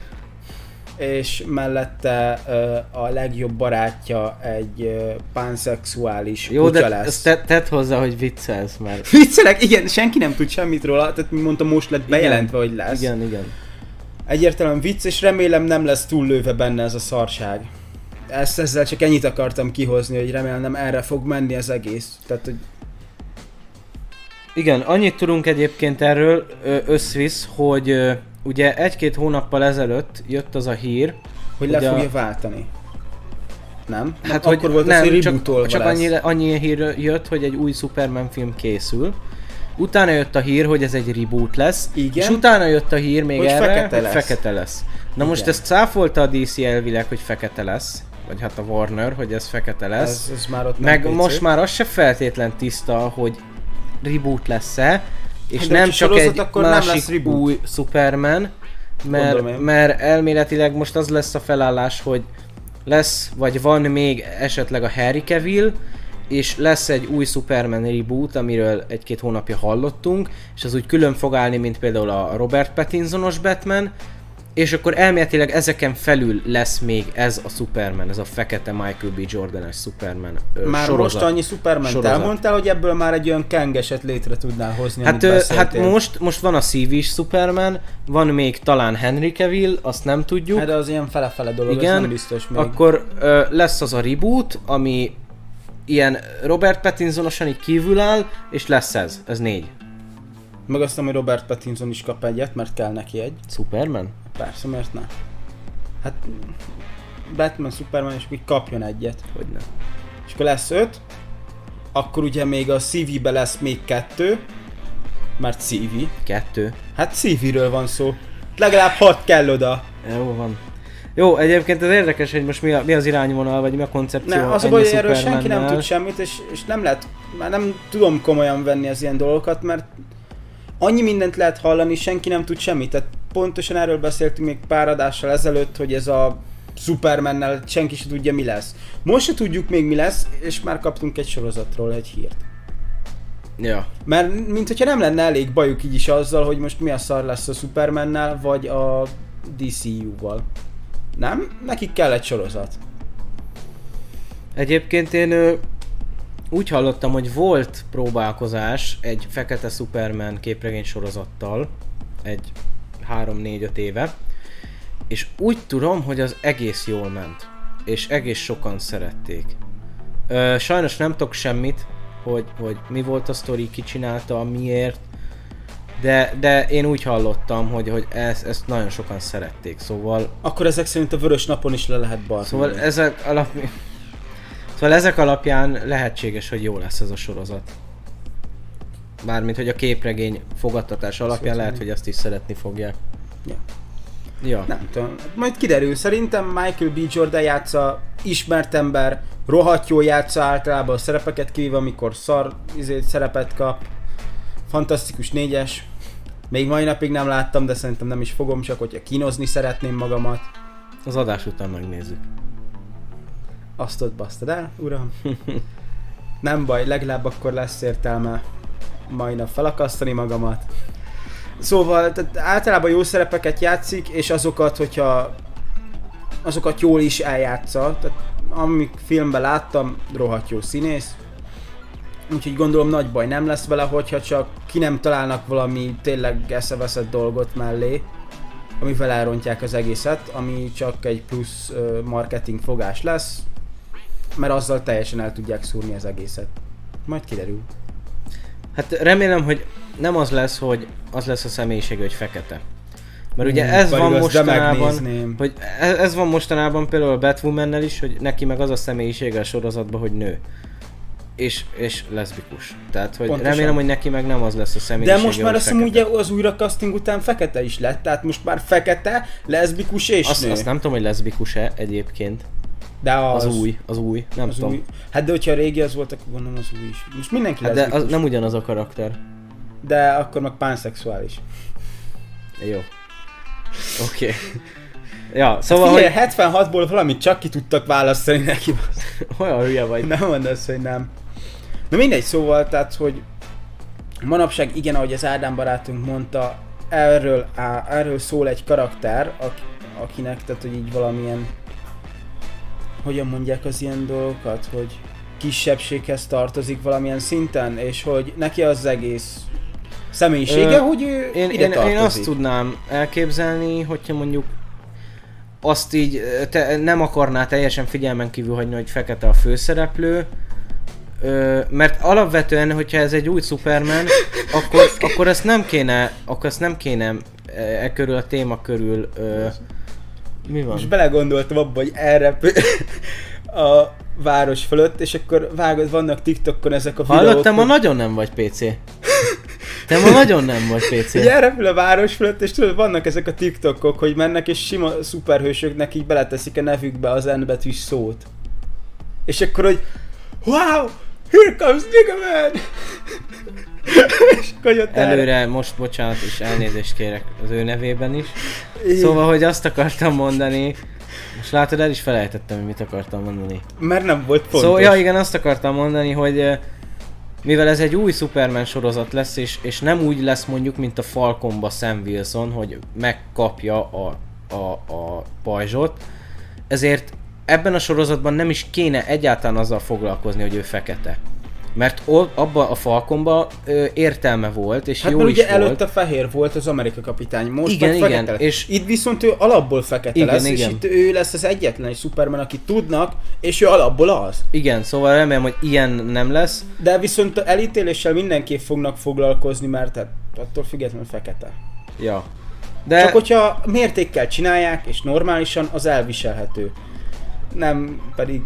És mellette uh, a legjobb barátja egy uh, panszexuális Jó, kutya de lesz. ezt te, tedd hozzá, hogy viccelsz már. Viccelek, igen, senki nem tud semmit róla, tehát mondtam, most lett bejelentve, hogy lesz. Igen, igen. Egyértelműen vicc, és remélem nem lesz túllőve benne ez a szarság. Ezt ezzel csak ennyit akartam kihozni, hogy remélem nem erre fog menni az egész. Tehát, hogy Igen, annyit tudunk egyébként erről ö, összvisz, hogy ö, ugye egy-két hónappal ezelőtt jött az a hír, hogy le Ugye a- fogja váltani. Nem? hát Akkor hogy volt nem, az, hogy csak, rebootolva csak lesz. annyi, annyi hír jött, hogy egy új Superman film készül. Utána jött a hír, hogy ez egy reboot lesz, Igen. és utána jött a hír még Hogy erre, fekete hogy lesz. fekete lesz. Na most Igen. ezt cáfolta a dé cé elvileg, hogy fekete lesz, vagy hát a Warner, hogy ez fekete lesz. Ez, ez már ott nem Meg pé cé. most már az se feltétlen tiszta, hogy reboot lesz-e, és Hát de nem hogyha csak sorozat, egy akkor nem lesz másik reboot. új Superman, mert, Gondolom én. mert elméletileg most az lesz a felállás, hogy lesz, vagy van még esetleg a Henry Cavill, és lesz egy új Superman reboot, amiről egy-két hónapja hallottunk, és az úgy külön fog állni, mint például a Robert Pattinsonos Batman, és akkor elméletileg ezeken felül lesz még ez a Superman, ez a fekete Michael B. Jordan-es Superman ö, Már sorozat. most annyi Superman Sorozat. elmondtál, hogy ebből már egy olyan kengeset létre tudnál hozni, Hát, amit ö, hát beszéltél. most, most van a szívis Superman, van még talán Henry Cavill, azt nem tudjuk. Hát de az ilyen fele-fele dolog, Igen, ez nem biztos még. Akkor ö, lesz az a reboot, ami ilyen Robert Pattinsonosan így kívül áll, és lesz ez, ez négy. Meg azt hiszem, hogy Robert Pattinson is kap egyet, mert kell neki egy. Superman? Persze, miért ne? Hát Batman, Superman, és akkor így kapjon egyet. Hogyne. És akkor lesz öt, akkor ugye még a cé vé-be lesz még kettő, mert cé vé. Kettő. Hát cé vé-ről van szó. Legalább hat kell oda. Jó van. Jó, egyébként ez érdekes, hogy most mi, a, mi az irányvonal, vagy mi a koncepció. Ne, az a ennyi baj, hogy erről senki nem Supermannel. tud semmit, és, és nem lehet, már nem tudom komolyan venni az ilyen dolgokat, mert annyi mindent lehet hallani, senki nem tud semmit. Tehát pontosan erről beszéltünk még pár adással ezelőtt, hogy ez a Supermannel senki se tudja mi lesz. Most se tudjuk még mi lesz, és már kaptunk egy sorozatról egy hírt. Ja. Mert mint hogyha nem lenne elég bajuk így is azzal, hogy most mi a szar lesz a Supermannel, vagy a dé cé u-val. Nem? Nekik kell egy sorozat. Egyébként én ö, úgy hallottam, hogy volt próbálkozás egy fekete Superman képregény sorozattal egy három-négy-öt éve, és úgy tudom, hogy az egész jól ment, és egész sokan szerették. Ö, sajnos nem tudok semmit, hogy, hogy mi volt a sztori, ki csinálta, miért, de, de én úgy hallottam, hogy, hogy ezt, ezt nagyon sokan szerették, szóval Akkor ezek szerint a vörös napon is le lehet barni. Szóval ezek alapján, szóval ezek alapján lehetséges, hogy jó lesz ez a sorozat. Mármint, hogy a képregény fogadtatás alapján Szóval lehet, hogy azt is szeretni fogják. Ja. Ja. Nem tudom, majd kiderül. Szerintem Michael B. Jordan játsza, ismert ember, rohadt jól játsza általában a szerepeket kivéve, amikor szar izét, szerepet kap. Fantasztikus négyes. Még mai napig nem láttam, de szerintem nem is fogom, csak hogyha kínozni szeretném magamat. Az adás után megnézzük. Azt ott basztad el, uram. Nem baj, legalább akkor lesz értelme mai nap felakasztani magamat. Szóval tehát általában jó szerepeket játszik, és azokat, hogyha azokat jól is eljátsza. Tehát amik filmben láttam, rohadt jó színész. Úgyhogy gondolom nagy baj nem lesz vele, hogyha csak ki nem találnak valami tényleg eszeveszett dolgot mellé, amivel elrontják az egészet, ami csak egy plusz uh, marketing fogás lesz, mert azzal teljesen el tudják szúrni az egészet. Majd kiderül. Hát remélem, hogy nem az lesz, hogy az lesz a személyisége, hogy fekete. Mert ugye Hú, ez pedig van azt de mostanában, megnézném. hogy ez, ez van mostanában például a Batwomannel is, hogy neki meg az a személyisége a sorozatban, hogy nő. És, és leszbikus. Tehát, hogy Pontosan. remélem, hogy neki meg nem az lesz a De személyisége, most már hogy azt hiszem fekete. ugye az újrakaszting után fekete is lett, tehát most már fekete, leszbikus és Azt, nő. azt nem tudom, hogy leszbikus-e egyébként. De az, Az, új, az új, nem az tudom. új. Hát de hogyha a régi az volt, akkor gondolom az új is. Most mindenki Hát de leszbikus. az nem ugyanaz a karakter. de akkor meg pánszexuális. Jó. Oké. Okay. Ja, szóval, Figyelj, hogy... hetvenhatból valamit csak ki tudtak választani neki. Olyan hülye vagy. Nem mondasz, hogy nem. Na mindegy, szóval, tehát, hogy manapság igen, ahogy az Ádám barátunk mondta, erről, á, erről szól egy karakter, ak, akinek, tehát, hogy így valamilyen, hogyan mondják az ilyen dolgokat, hogy kisebbséghez tartozik valamilyen szinten, és hogy neki az egész személyisége, Ö, hogy ő én, ide én, tartozik. Én azt tudnám elképzelni, hogyha mondjuk azt így te nem akarná teljesen figyelmen kívül hagyni, hogy fekete a főszereplő, Ö, mert alapvetően, hogyha ez egy új Superman, akkor, akkor ezt nem kéne, akkor ezt nem kéne e, e körül a téma körül, ö, mi van? Most belegondoltam abba, hogy elrepül a város fölött, és akkor vágod, vannak TikTokon ezek a videók. Hallod, te ma nagyon nem vagy pé cé. Te ma nagyon nem vagy pé cé. Hogy elrepül a város fölött, és tudod, vannak ezek a TikTokok, hogy mennek, és sima szuperhősöknek így beleteszik a nevükbe az N betűs szót. És akkor, hogy wow! Here comes Nigga Man! És akkor jött Előre erre. Most bocsánat, és elnézést kérek az ő nevében is. Szóval, hogy azt akartam mondani, most látod, el is felejtettem, hogy mit akartam mondani. Mert nem volt fontos. Szóval, ja igen, azt akartam mondani, hogy mivel ez egy új Superman sorozat lesz, és, és nem úgy lesz mondjuk, mint a Falconba Sam Wilson, hogy megkapja a, a, a pajzsot, ezért ebben a sorozatban nem is kéne egyáltalán azzal foglalkozni, hogy ő fekete. Mert abban a Falconban ö, értelme volt, és hát jó is is ugye volt. előtte fehér volt az Amerika kapitány, most igen, meg igen, fekete lesz. És itt viszont ő alapból fekete igen, lesz, igen. és itt ő lesz az egyetlen egy Superman, aki tudnak, és ő alapból az. Igen, szóval remélem, hogy ilyen nem lesz. De viszont elítéléssel mindenképp fognak foglalkozni, mert hát attól függetlenül fekete. Ja. De... Csak hogyha mértékkel csinálják, és normálisan, az elviselhető. Nem pedig...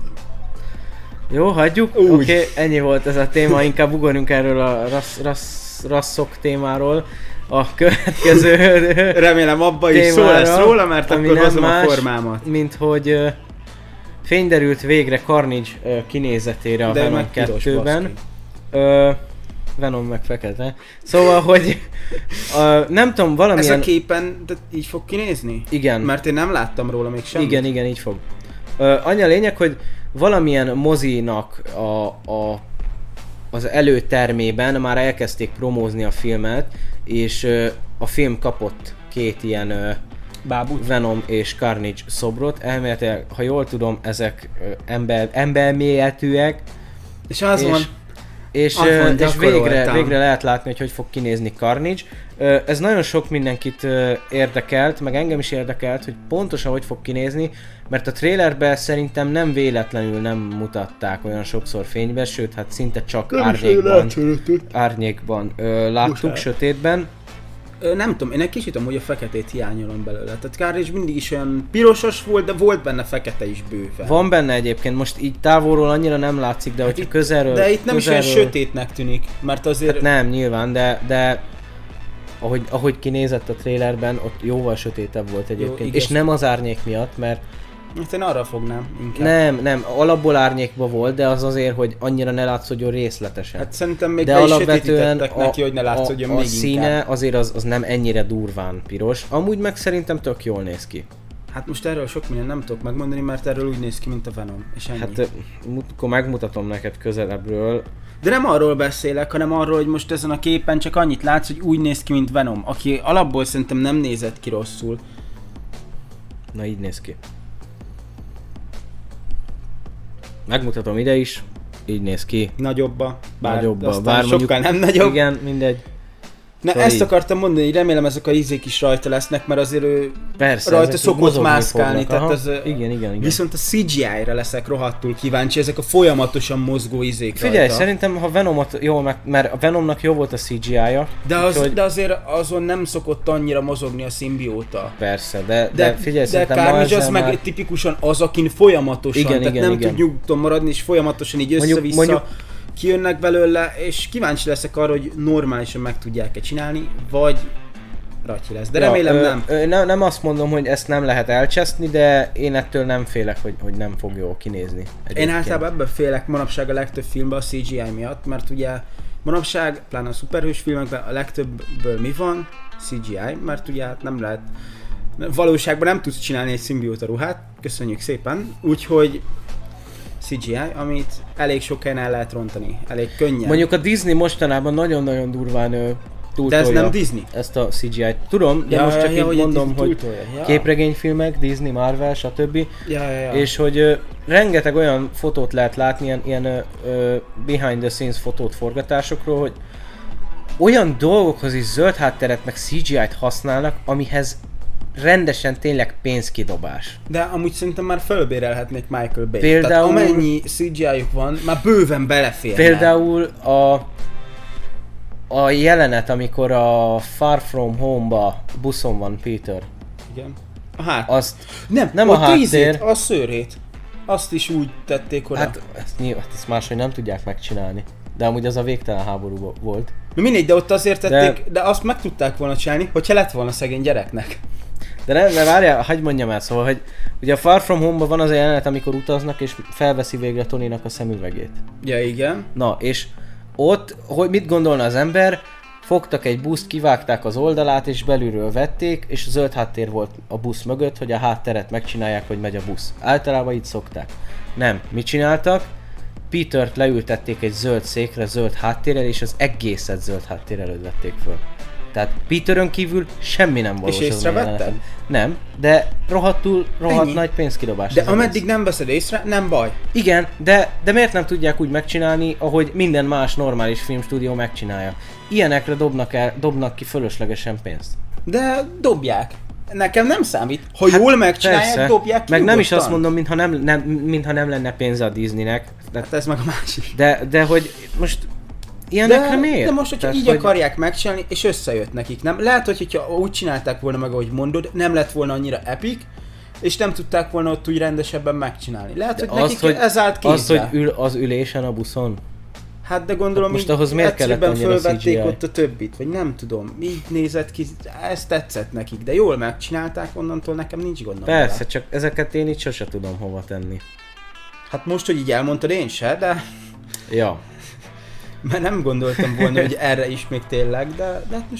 Jó, hagyjuk. Oké, okay, ennyi volt ez a téma, inkább ugorjunk erről a rassz, rassz, rasszok témáról a következő remélem abban is szó lesz róla, mert akkor hozom a formámat. Mint hogy uh, fény derült végre Carnage uh, kinézetére a de Venom kettőben. Uh, Venom meg fekete. Szóval, hogy uh, nem tudom, valamilyen... Ez a képen de így fog kinézni? Igen. Mert én nem láttam róla még semmit. Igen, igen, így fog. Uh, annyi a lényeg, hogy valamilyen mozinak a, a, az előtermében már elkezdték promózni a filmet, és uh, a film kapott két ilyen uh, Bábút. Venom és Carnage szobrot. Elméletileg, ha jól tudom, ezek uh, ember, emberméretűek. És az és, van... És, uh, és végre, végre lehet látni, hogy hogy fog kinézni Carnage. Uh, ez nagyon sok mindenkit uh, érdekelt, meg engem is érdekelt, hogy pontosan hogy fog kinézni, mert a trailerben szerintem nem véletlenül nem mutatták olyan sokszor fénybe, sőt, hát szinte csak nem árnyékban, árnyékban uh, láttuk, Most sötétben. Ö, nem tudom, én egy kicsit amúgy a feketét hiányolom belőle. Tehát Carnage mindig is olyan pirosos volt, de volt benne fekete is bőven. Van benne egyébként, most így távolról annyira nem látszik, de hát hogyha közelről... De itt nem közelről, is olyan sötétnek tűnik, mert azért... Hát nem, nyilván, de... de ahogy, ahogy kinézett a trailerben, ott jóval sötétebb volt egyébként. Jó, és nem az árnyék miatt, mert... Hát én arra fognám inkább. Nem, nem, alapból árnyékba volt, de az azért, hogy annyira ne látszódjon részletesen. Hát szerintem még de be is alapvetően a, neki, hogy ne látszódjon a, még a színe inkább. azért az, az nem ennyire durván piros, amúgy meg szerintem tök jól néz ki. Hát most erről sok minden nem tudok megmondani, mert erről úgy néz ki, mint a Venom, és ennyi. Hát akkor megmutatom neked közelebbről. De nem arról beszélek, hanem arról, hogy most ezen a képen csak annyit látsz, hogy úgy néz ki, mint Venom, aki alapból szerintem nem nézett ki rosszul. Na így néz ki. Megmutatom ide is, így néz ki. Nagyobba, bár, Nagyobba, bár sokkal mondjuk, nem nagyobb. Igen, mindegy. Na szóval ezt így. Akartam mondani, hogy remélem ezek a izék is rajta lesznek, mert azért ő Persze, rajta szokott mászkálni, tehát az, igen, igen, igen. Viszont a cé gé í-re leszek rohadtul kíváncsi, ezek a folyamatosan mozgó izék Figyelj, rajta. szerintem ha Venomot jól meg, mert a Venomnak jó volt a cé gé í-ja. De, az, hogy... de azért azon nem szokott annyira mozogni a szimbióta. Persze, de, de, de figyelj, de szerintem Carnage az már... meg tipikusan az, akin folyamatosan, igen, tehát igen, nem igen. tud nyugton maradni, és folyamatosan így mondjuk, össze-vissza mondjuk... kijönnek belőle, és kíváncsi leszek arra, hogy normálisan meg tudják-e csinálni, vagy ratyi lesz. De ja, remélem ö, nem. Ö, ne, nem azt mondom, hogy ezt nem lehet elcseszni, de én ettől nem félek, hogy, hogy nem fog jól kinézni. Egyébként. Én általában ebből félek manapság a legtöbb filmben a cé gé í miatt, mert ugye manapság, pláne a szuperhős filmekben a legtöbbből mi van? cé gé í, mert ugye hát nem lehet, valóságban nem tudsz csinálni egy szimbióta ruhát, köszönjük szépen, úgyhogy cé gé í, amit elég sok helyen el lehet rontani, elég könnyen. Mondjuk a Disney mostanában nagyon-nagyon durván ö, de ez nem Disney. Ezt a cé gé í-t. Tudom, de Ja, most ja, csak ja, így hogy mondom, hogy ja. képregényfilmek, Disney, Marvel, stb. Ja, ja, ja. És hogy ö, rengeteg olyan fotót lehet látni, ilyen, ilyen ö, ö, behind the scenes fotót forgatásokról, hogy olyan dolgokhoz is zöld hátteret meg cé gé í-t használnak, amihez rendesen tényleg pénzkidobás. De amúgy szerintem már fölbérelhetnék Michael Bay. Például, tehát amennyi cé gé í-juk van, már bőven beleférne. Például a, a jelenet, amikor a Far From Home-ba buszon van Peter. Igen. Hát, Azt nem, nem ott a háttér. ízét, a szőrét. Azt is úgy tették oda. Hát ezt, nyilván, ezt máshogy nem tudják megcsinálni. De amúgy az a végtelen háború volt. Na mindegy, de ott azért tették, de... De- de azt meg tudták volna csinálni, hogyha lett volna szegény gyereknek. De nem, de várjál, hagyd mondjam el, szóval, hogy ugye a Far From Home-ban van az a jelenet, amikor utaznak és felveszi végre Tonynak a szemüvegét. Ja, igen. Na, és ott, hogy mit gondolna az ember, fogtak egy buszt, kivágták az oldalát és belülről vették, és zöld háttér volt a busz mögött, hogy a hátteret megcsinálják, hogy megy a busz. Általában így szokták. Nem, mit csináltak? Petert leültették egy zöld székre, zöld háttérrel, és az egészet zöld háttér előtt vették föl. Tehát Peterön kívül semmi nem valós. És azon a észrevetted? jeleneten. Nem, de rohadtul, rohadt Ennyi. nagy pénzkidobás. De az ameddig egész. nem veszed észre, nem baj. Igen, de, de miért nem tudják úgy megcsinálni, ahogy minden más normális filmstúdió megcsinálja? Ilyenekre dobnak, el, dobnak ki fölöslegesen pénzt. De dobják. Nekem nem számít. Ha hát jól megcsinálják, persze. dobják ki Meg nem is nyugodtan. azt mondom, mintha nem, nem, mintha nem lenne pénze a Disneynek. De, Hát ez meg a másik. de, de hogy most ilyenekre De, miért? de most, hogyha Tehát, így hogy- akarják megcsinálni, és összejött nekik, nem? Lehet, hogy hogyha úgy csinálták volna meg, ahogy mondod, nem lett volna annyira epic, és nem tudták volna ott úgy rendesebben megcsinálni. Lehet, hogy nekik hogy, ez állt kézbe. azt, hogy ül az ülésen a buszon. Hát de gondolom, Hát most így ahhoz miért kellett egyszerűen annyira fölvették cé gé í? ott a többit, vagy nem tudom, így nézett ki, ez tetszett nekik, de jól megcsinálták, onnantól nekem nincs gondom. Persze, vele. csak ezeket én itt sose tudom hova tenni. Hát most, hogy így elmondtad, én se, de Ja. mert nem gondoltam volna, hogy erre is még tényleg, de, de hát most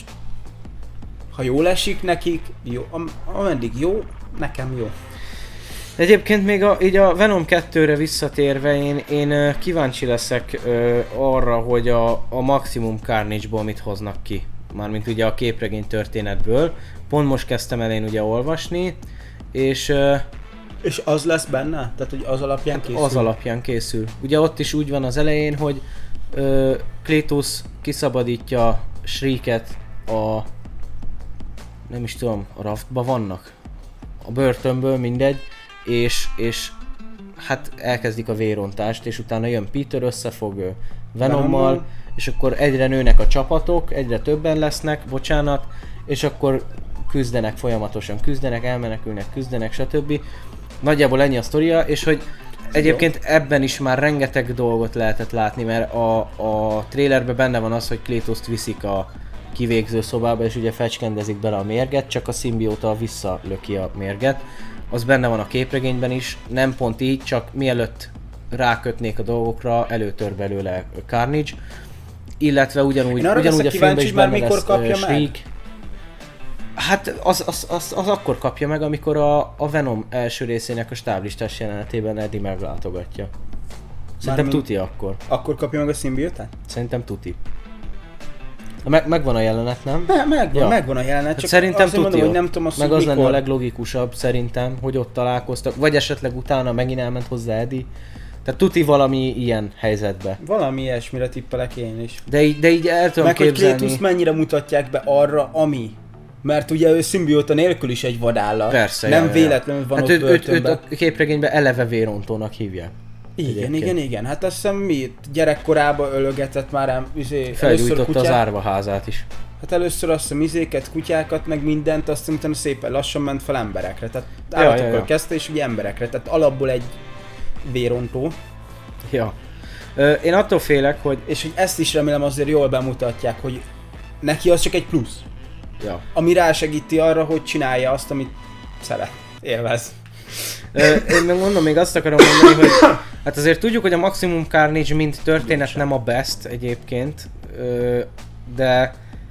ha jól esik nekik, jó, am, ameddig jó, nekem jó. Egyébként még a, így a Venom kettőre visszatérve én, én ö, kíváncsi leszek ö, arra, hogy a, a Maximum Carnage-ból mit hoznak ki. Mármint ugye a képregény történetből. Pont most kezdtem el én ugye olvasni, és ö, És az lesz benne? Tehát, hogy az alapján készül? az alapján készül. Ugye ott is úgy van az elején, hogy ö, Kratos kiszabadítja Shrieket a... nem is tudom, a raftba vannak? A börtönből, mindegy. És, és hát elkezdik a vérontást, és utána jön Peter, összefog ö, Venommal, Venommal. és akkor egyre nőnek a csapatok, egyre többen lesznek, bocsánat, és akkor küzdenek, folyamatosan küzdenek, elmenekülnek, küzdenek, stb. Nagyjából ennyi a sztoria, és hogy egyébként ebben is már rengeteg dolgot lehetett látni, mert a, a trailerben benne van az, hogy Kratoszt viszik a kivégző szobába, és ugye fecskendezik bele a mérget, csak a szimbióta visszalöki a mérget. Az benne van a képregényben is, nem pont így, csak mielőtt rákötnék a dolgokra, előtör belőle Carnage. Illetve ugyanúgy, Én arra ugyanúgy a leszek filmben kíváncsi, is már benne mikor lesz kapja uh, meg? Shriek. Hát az, az, az, az akkor kapja meg, amikor a, a Venom első részének a stáblistás jelenetében Eddie meglátogatja. Szerintem Mármint- tuti akkor. Akkor kapja meg a szimbiótát? Szerintem tuti. Meg, megvan a jelenet, nem? Me- megvan, Ja. megvan a jelenet, Hát csak szerintem azért tuti mondom, hogy ott. nem tudom azt, Meg hogy az mikor. lenne a leglogikusabb szerintem, hogy ott találkoztak, vagy esetleg utána megint elment hozzá Eddie. Tehát tuti valami ilyen helyzetbe. Valami ilyesmire tippelek én is. De így, de így el tudom Meg hogy képzelni. Kratos mennyire mutatják be arra, ami. Mert ugye ő szimbióta nélkül is egy vadállat. Persze, Nem ja, ja. véletlenül van Hát ott őt, őt, őt börtönben. a képregényben eleve vérontónak hívják. Igen, egyébként. igen, igen. Hát azt hiszem mi gyerekkorában ölögetett már ám, izé, először Felgyújtotta az kutyát. árvaházát is. Hát először azt hiszem izéket, kutyákat, meg mindent, azt hiszem utána szépen lassan ment fel emberekre. Tehát Ja, állatokkal ja, ja. kezdte, és ugye emberekre. Tehát alapból egy vérontó. Ja. Ö, én attól félek, hogy... És hogy ezt is remélem azért jól bemutatják, hogy neki az csak egy plusz. Ja. Ami rásegíti arra, hogy csinálja azt, amit szeret, élvez. Ö, én meg mondom, még azt akarom mondani, hogy hát azért tudjuk, hogy a Maximum Carnage mint történet nem a best egyébként. ö, de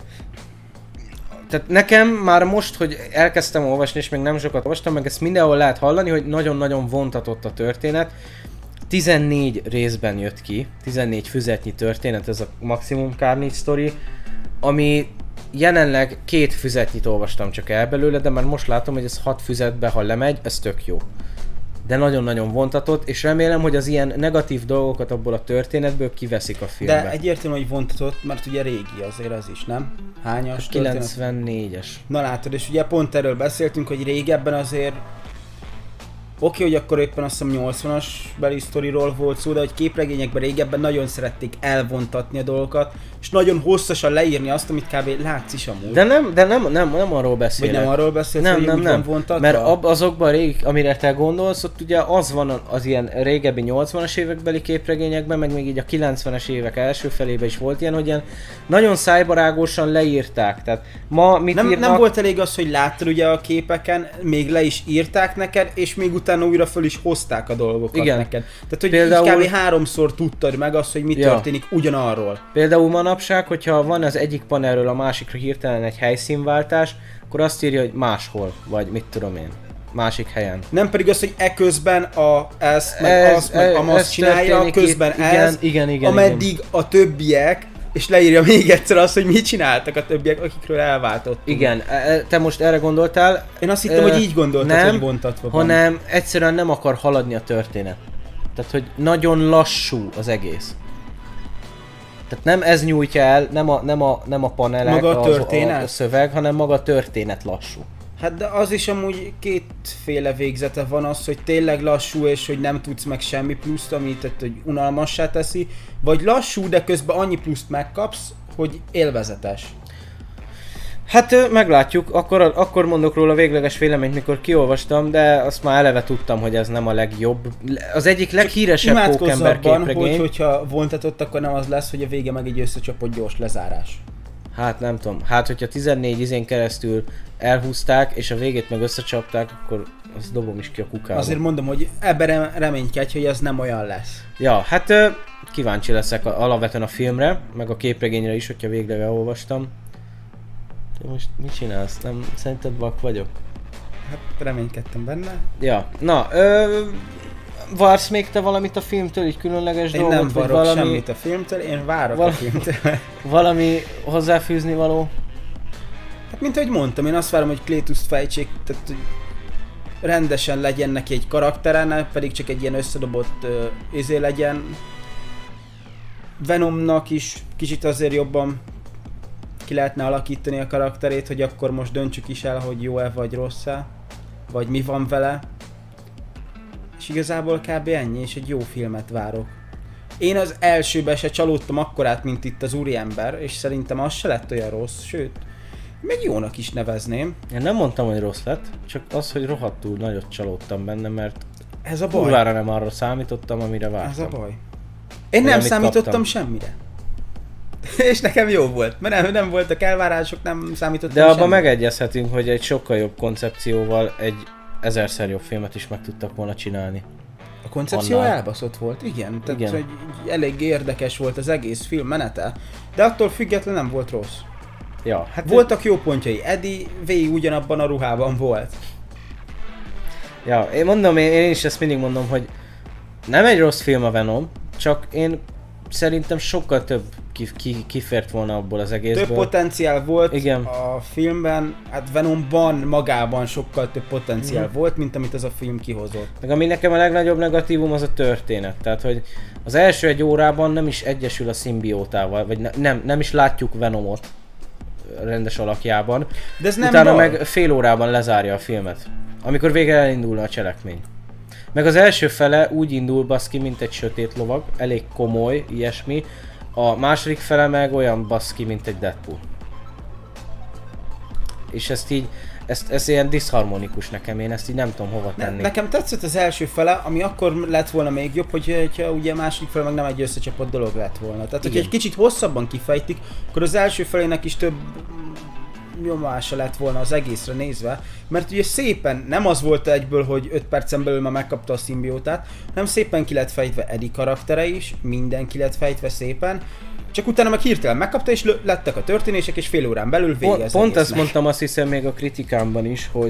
tehát nekem már most, hogy elkezdtem olvasni, és még nem sokat olvastam, meg ezt mindenhol lehet hallani, hogy nagyon-nagyon vontatott a történet. tizennégy részben jött ki, tizennégy füzetnyi történet, ez a maximum Carnage Story, ami jelenleg két füzetnyit olvastam csak el belőle, de már most látom, hogy ez hat füzetbe, ha lemegy, ez tök jó. De nagyon-nagyon vontatott, és remélem, hogy az ilyen negatív dolgokat abból a történetből kiveszik a filmbe. De egyértelmű, hogy vontatott, mert ugye régi azért az is, nem? Hányas? kilencvennégyes. Na látod, és ugye pont erről beszéltünk, hogy régebben azért oké, okay, hogy akkor éppen azt hiszem nyolcvanas beli sztoriról volt szó, de hogy képregényekben régebben nagyon szerették elvontatni a dolgokat, és nagyon hosszasan leírni azt, amit kb. Látsz is amúgy. De nem, de nem, nem, nem arról beszélek. Vagy nem arról beszélsz, nem, hogy nem, úgy nem. van vontatva? Mert ab, azokban rég, amire te gondolsz, ott ugye az van az ilyen régebbi nyolcvanas évekbeli képregényekben, meg még így a kilencvenes évek első felében is volt ilyen, hogy ilyen nagyon szájbarágosan leírták. Tehát ma mit nem, írnak... nem volt elég az, hogy láttad ugye a képeken, még le is írták neked, és még utána újra föl is hozták a dolgokat igen. neked. Tehát, hogy Például... kb. háromszor tudtad meg azt, hogy mi ja. történik ugyanarról. Például manapság, hogyha van az egyik panelről a másikra hirtelen egy helyszínváltás, akkor azt írja, hogy máshol, vagy mit tudom én, másik helyen. Nem pedig az, hogy eközben a ezt, meg ez, azt, meg ez, azt csinálja, közben itt, ez, igen, igen, igen, ameddig igen. a többiek, és leírja még egyszer azt, hogy mit csináltak a többiek, akikről elváltottunk. Igen, te most erre gondoltál. Én azt hittem, uh, hogy így gondoltad, nem, hogy vontatva van. hanem egyszerűen nem akar haladni a történet. Tehát, hogy nagyon lassú az egész. Tehát nem ez nyújtja el, nem a, nem a, nem a panelek, maga a, történet? A, a szöveg, hanem maga a történet lassú. Hát de az is amúgy kétféle végzete van, az, hogy tényleg lassú és hogy nem tudsz meg semmi pluszt, amit tehát, hogy unalmassá teszi, vagy lassú, de közben annyi pluszt megkapsz, hogy élvezetes. Hát meglátjuk, akkor, akkor mondok róla végleges véleményt, mikor kiolvastam, de azt már eleve tudtam, hogy ez nem a legjobb. Az egyik leghíresebb pókember képregény. Hogy, hogyha vontatott, akkor nem az lesz, hogy a vége meg egy összecsapott gyors lezárás. Hát nem tudom, hát hogyha tizennégy izén keresztül elhúzták, és a végét meg összecsapták, akkor azt dobom is ki a kukába. Azért mondom, hogy ebben reménykedj, hogy ez nem olyan lesz. Ja, hát kíváncsi leszek alapvetően a filmre, meg a képregényre is, hogyha végleg elolvastam. Te most mit csinálsz? Nem, szerinted vak vagyok? Hát reménykedtem benne. Ja, na, ö, vársz még te valamit a filmtől, így különleges én dolgot? Én nem várok valami... semmit a filmtől, én várok Val... a filmtől. Valami hozzáfűzni való? Hát mint ahogy mondtam, én azt várom, hogy Cletuszt fejtsék, tehát hogy rendesen legyen neki egy karaktere, ne pedig csak egy ilyen összedobott uh, izé legyen. Venomnak is kicsit azért jobban ki lehetne alakítani a karakterét, hogy akkor most döntsük is el, hogy jó-e vagy rossz-e, vagy mi van vele. És igazából kb. Ennyi, és egy jó filmet várok. Én az elsőben se csalódtam akkorát, mint itt az úriember, és szerintem az se lett olyan rossz, sőt, még jónak is nevezném. Én nem mondtam, hogy rossz lett, csak az, hogy rohadtul nagyot csalódtam benne, mert ez a baj. Kurvára nem arra számítottam, amire vártam. Ez a baj. Én nem számítottam kaptam. semmire. És nekem jó volt, mert nem, nem voltak elvárások, nem számítottam De abban semmire. megegyezhetünk, hogy egy sokkal jobb koncepcióval egy ezerszer jobb filmet is meg tudtak volna csinálni. A koncepció Annál. elbaszott volt, igen. Tehát igen. Hogy elég érdekes volt az egész film menete, de attól függetlenül nem volt rossz. Ja, hát voltak jó pontjai, Eddie végig ugyanabban a ruhában volt. Ja, én mondom, én, én is ezt mindig mondom, hogy nem egy rossz film a Venom, csak én szerintem sokkal több ki, ki, kifért volna abból az egészből. Több potenciál volt igen. a filmben, hát Venomban magában sokkal több potenciál mm. volt, mint amit az a film kihozott. Meg ami nekem a legnagyobb negatívum, az a történet. Tehát, hogy az első egy órában nem is egyesül a szimbiótával, vagy ne, nem, nem is látjuk Venomot rendes alakjában. De ez nem Utána baj. Meg fél órában lezárja a filmet, amikor végre elindulna a cselekmény. Meg az első fele úgy indul baszki, mint egy sötét lovag, elég komoly, ilyesmi. A második fele meg olyan baszki, mint egy Deadpool. És ezt így, ezt, ez ilyen diszharmonikus nekem, én ezt így nem tudom hova tenni. Ne, nekem tetszett az első fele, ami akkor lett volna még jobb, hogy, hogyha ugye a második fele meg nem egy összecsapott dolog lett volna. Tehát, hogyha egy kicsit hosszabban kifejtik, akkor az első felének is több nyomása lett volna az egészre nézve, mert ugye szépen nem az volt egyből, hogy öt percen belül már megkapta a szimbiótát, hanem szépen ki lett fejtve Eddie karaktere is, minden ki lett fejtve szépen, Csak utána meg hirtelen megkapta, és lö- lettek a történések, és fél órán belül vége. Pont, pont ezt mondtam, azt hiszem még a kritikámban is, hogy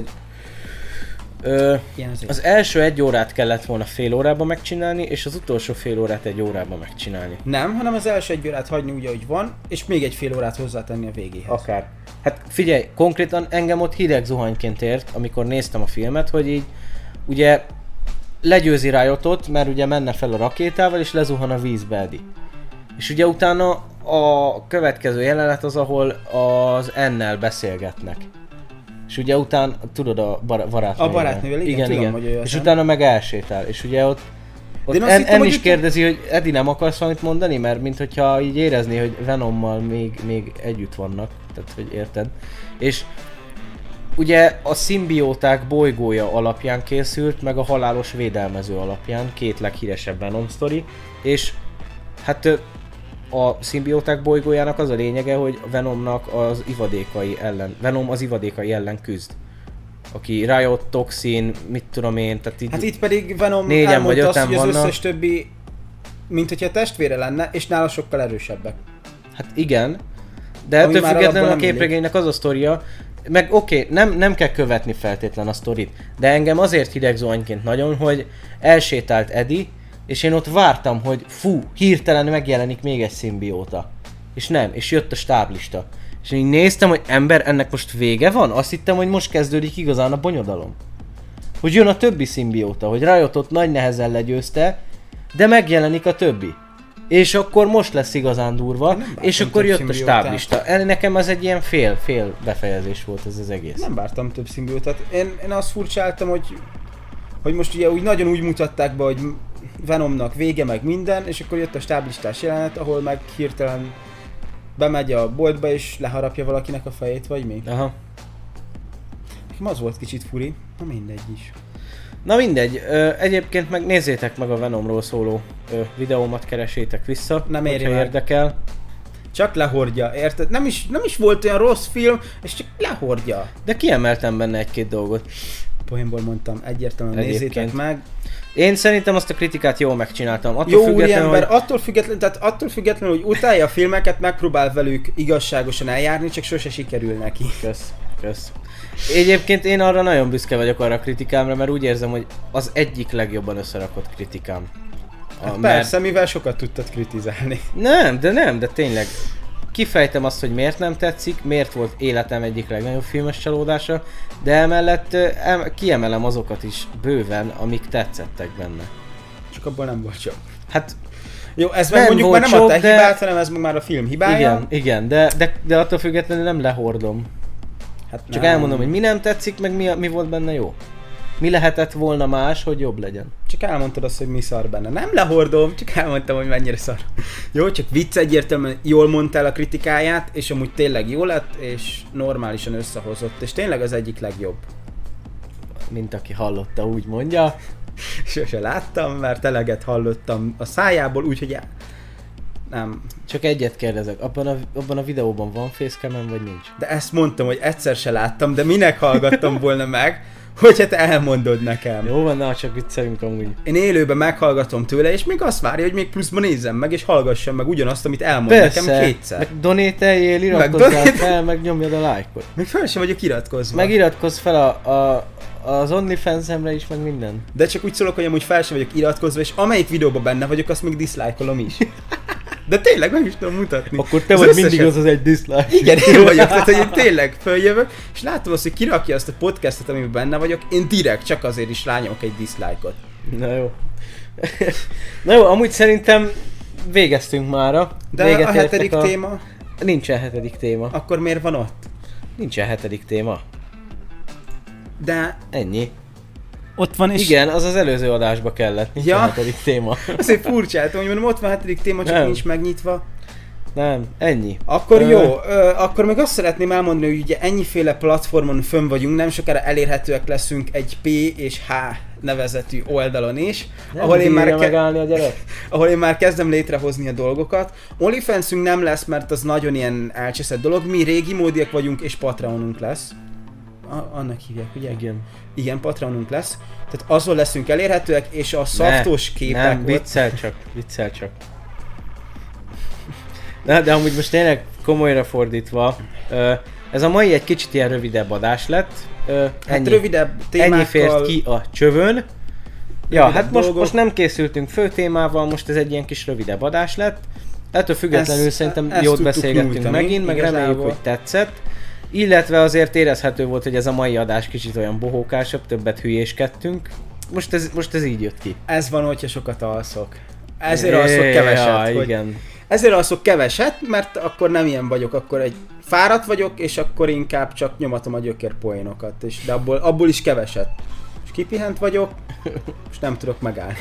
ö, az, az első egy órát kellett volna fél órában megcsinálni, és az utolsó fél órát egy órában megcsinálni. Nem, hanem az első egy órát hagyni úgy, ahogy van, és még egy fél órát hozzátenni a végéhez. Akár. Hát figyelj, konkrétan engem ott hideg zuhanyként ért, amikor néztem a filmet, hogy így ugye legyőzi Riotot, mert ugye menne fel a rakétával, és lezuhan a vízbe Eddie. És ugye utána a következő jelenet az, ahol az N-nel beszélgetnek. És ugye utána, tudod a bar- barátnővel. A barátnővel, igen, igen, tudom, igen. hogy ő És nem. utána meg elsétál. És ugye ott, ott En, hittem, en is hogy kérdezi, hogy Eddie, nem akarsz valamit mondani? Mert minthogyha így érezné, hogy Venommal még, még együtt vannak. Tehát, hogy érted. És ugye a szimbióták bolygója alapján készült, meg a halálos védelmező alapján, két leghíresebb Venom sztori, és hát a szimbióták bolygójának az a lényege, hogy Venomnak az ivadékai ellen, Venom az ivadékai ellen küzd. Aki Riot, Toxin, mit tudom én, tehát így... Hát itt pedig Venom négyen vagy elmondta azt, öten hogy az vannak. összes többi, mint hogyha testvére lenne, és nála sokkal erősebbek. Hát igen, de Ami ettől már függetlenül a alapból nem képregénynek az a sztoria, meg oké, okay, nem, nem kell követni feltétlen a sztorit, de engem azért hideg zuhanyként nagyon, hogy elsétált Eddie, és én ott vártam, hogy fú, hirtelen megjelenik még egy szimbióta. És nem, és jött a stáblista. És én így néztem, hogy ember, ennek most vége van? Azt hittem, hogy most kezdődik igazán a bonyodalom. Hogy jön a többi szimbióta, hogy Riotot nagy nehezen legyőzte, de megjelenik a többi. És akkor most lesz igazán durva, és akkor több jött a szimbiótát. stáblista. El- Nekem az egy ilyen fél, fél befejezés volt ez az egész. Nem vártam több szimbiótát. Én, én azt furcsáltam, hogy, hogy most ugye úgy nagyon úgy mutatták be, hogy Venomnak vége meg minden, és akkor jött a stáblistás jelenet, ahol meg hirtelen bemegy a boltba és leharapja valakinek a fejét, vagy mi? Aha. Nekem az volt kicsit furi, na mindegy is. Na mindegy, ö, egyébként meg nézzétek meg a Venomról szóló ö, videómat, keresétek vissza, Nem éri hogyha meg. érdekel. Csak lehordja, érted? Nem is, nem is volt olyan rossz film, és csak lehordja. De kiemeltem benne egy-két dolgot. Poénból mondtam, egyértelműen Egyébként. nézzétek meg. Én szerintem azt a kritikát jól megcsináltam. Attól Jó függetlenül, úriember, hogy... attól függetlenül, tehát attól függetlenül, hogy utálja a filmeket, megpróbál velük igazságosan eljárni, csak sose sikerül neki. Kösz, kösz. Egyébként én arra nagyon büszke vagyok arra a kritikámra, mert úgy érzem, hogy az egyik legjobban összerakott kritikám. A, Hát persze, mivel sokat tudtad kritizálni. Nem, de nem, de tényleg. Kifejtem azt, hogy miért nem tetszik, miért volt életem egyik legnagyobb filmes csalódása, de emellett ö, em, kiemelem azokat is bőven, amik tetszettek benne. Csak abból nem volt sok. Hát Jó, ez Nem meg mondjuk volt már nem a te sok, de- hibád, hanem ez meg már a film hibája. igen, igen, de, de, de attól függetlenül nem lehordom. Hát Csak nem. elmondom, hogy mi nem tetszik, meg mi, a- mi volt benne jó. Mi lehetett volna más, hogy jobb legyen. Csak elmondtad azt, hogy mi szar benne. Nem lehordom, csak elmondtam, hogy mennyire szar. Jó, csak vicc, egyértelműen jól mondtál a kritikáját, és amúgy tényleg jó lett, és normálisan összehozott, és tényleg az egyik legjobb. Mint aki hallotta, úgy mondja. Sose láttam, mert eleget hallottam a szájából, úgyhogy el... nem. Csak egyet kérdezek, abban a, abban a videóban van facecam vagy nincs? De ezt mondtam, hogy egyszer se láttam, de minek hallgattam volna meg, hogy te elmondod nekem. Jó van, na, csak viccelünk amúgy. Én élőben meghallgatom tőle, és még azt várja, hogy még pluszban nézzem meg, és hallgassam meg ugyanazt, amit elmond Persze, nekem kétszer. meg donételjél, iratkozzál donate- fel, meg nyomjad a lájkot. Még fel sem vagyok iratkozva. Meg iratkozz fel a, a, az OnlyFans-emre is, meg minden. De csak úgy szólok, hogy amúgy fel sem vagyok iratkozva, és amelyik videóban benne vagyok, azt még diszlájkolom is. De tényleg meg is tudom mutatni. Akkor te Az vagy összeset- mindig az az egy dislike. Igen, én vagyok, tehát hogy én tényleg följövök, és látom azt, hogy kirakja azt a podcastot, amiben benne vagyok, én direkt csak azért is rányomok egy dislike-ot. Na jó. Na jó, amúgy szerintem végeztünk mára. De Véget a hetedik értek téma, Nincsen hetedik téma. akkor miért van ott? Nincsen hetedik téma. De Ennyi. ott van is. Igen, az az előző adásba kellett. Nincsen Ja. hetedik téma. Azért furcsáltam, hogy mondom, ott van a hetedik téma, csak Nem. nincs megnyitva. Nem, ennyi. Akkor Ö, jó, ö, akkor meg azt szeretném elmondani, hogy ugye ennyiféle platformon fönn vagyunk, nem sokára elérhetőek leszünk egy P és H nevezetű oldalon is, Nem ahol én, már bírja ke- megállni a gyerek. ahol én már kezdem létrehozni a dolgokat. OnlyFansünk nem lesz, mert az nagyon ilyen elcseszett dolog, mi régi módiak vagyunk, és Patreonunk lesz. A- annak hívják, ugye? Igen. Igen, Patreonunk lesz. Tehát azon leszünk elérhetőek, és a szaftos ne, képek Nem, ott... viccel csak, viccel csak. De, de amúgy most tényleg komolyra fordítva, ö, ez a mai egy kicsit ilyen rövidebb adás lett. Ö, Hát ennyi, rövidebb témákkal... ennyi fért ki a csövön. Ja, hát most, dolgok. most nem készültünk fő témával, most ez egy ilyen kis rövidebb adás lett. Ettől függetlenül Ezt- szerintem ezt jót tudtuk beszélgettünk nyújtani, megint, meg reméljük, igazából. hogy tetszett. Illetve azért érezhető volt, hogy ez a mai adás kicsit olyan bohókásabb, többet hülyéskedtünk. Most ez, most ez így jött ki. Ez van, hogyha sokat alszok. Ezért alszok keveset. Ja, hogy... igen. Ezért alszok keveset, mert akkor nem ilyen vagyok, akkor egy fáradt vagyok, és akkor inkább csak nyomatom a gyökérpoénokat, és de abból, abból is keveset. És kipihent vagyok, és nem tudok megállni.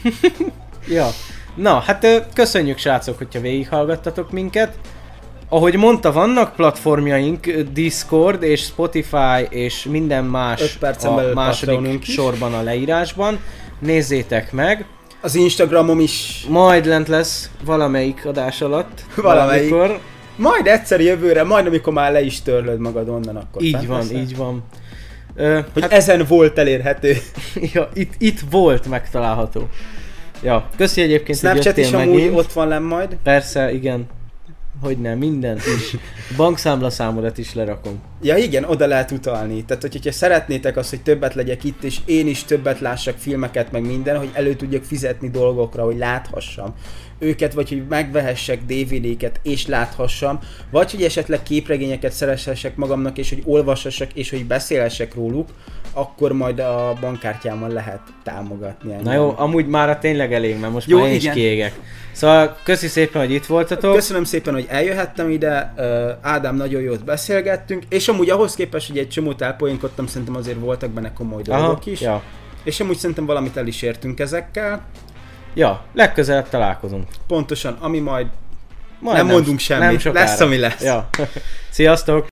Ja. Na, hát ö, köszönjük srácok, hogyha végighallgattatok minket. Ahogy mondta, vannak platformjaink, Discord és Spotify és minden más öt percen a belül második Patreonunk is. sorban a leírásban. Nézzétek meg. Az Instagramom is Majd lent lesz valamelyik adás alatt. Valamelyik. valamikor. majd egyszer jövőre, majd amikor már le is törlöd magad onnan, akkor Így fent van, leszel. így van. Ö, Hogy hát... ezen volt elérhető. ja, itt, itt volt megtalálható. Ja, köszi egyébként, hogy Snapchat jöttél is amúgy megint. ott van lenn majd. Persze, igen. Hogy nem, minden is. Bankszámla számodat is lerakom. Ja igen, oda lehet utalni. Tehát, hogy- hogyha szeretnétek azt, hogy többet legyek itt, és én is többet lássak filmeket, meg minden, hogy elő tudjak fizetni dolgokra, hogy láthassam őket, vagy hogy megvehessek dé vé dé-ket és láthassam, vagy hogy esetleg képregényeket szereshessek magamnak, és hogy olvashassak, és hogy beszélhessek róluk, akkor majd a bankkártyámmal lehet támogatni engem. Na jó, amúgy már tényleg elég, mert most Jó, már én is igen. kiégek. Szóval köszi szépen, hogy itt voltatok. Köszönöm szépen, hogy eljöhettem ide, Ö, Ádám, nagyon jót beszélgettünk, és amúgy ahhoz képest, hogy egy csomót elpoénkodtam, szerintem azért voltak benne komoly dolgok is, ja. és amúgy szerintem valamit el is értünk ezekkel. Ja, legközelebb találkozunk. Pontosan, ami majd Majd nem mondunk semmit. sokára. Lesz, ami lesz. Ja. Sziasztok!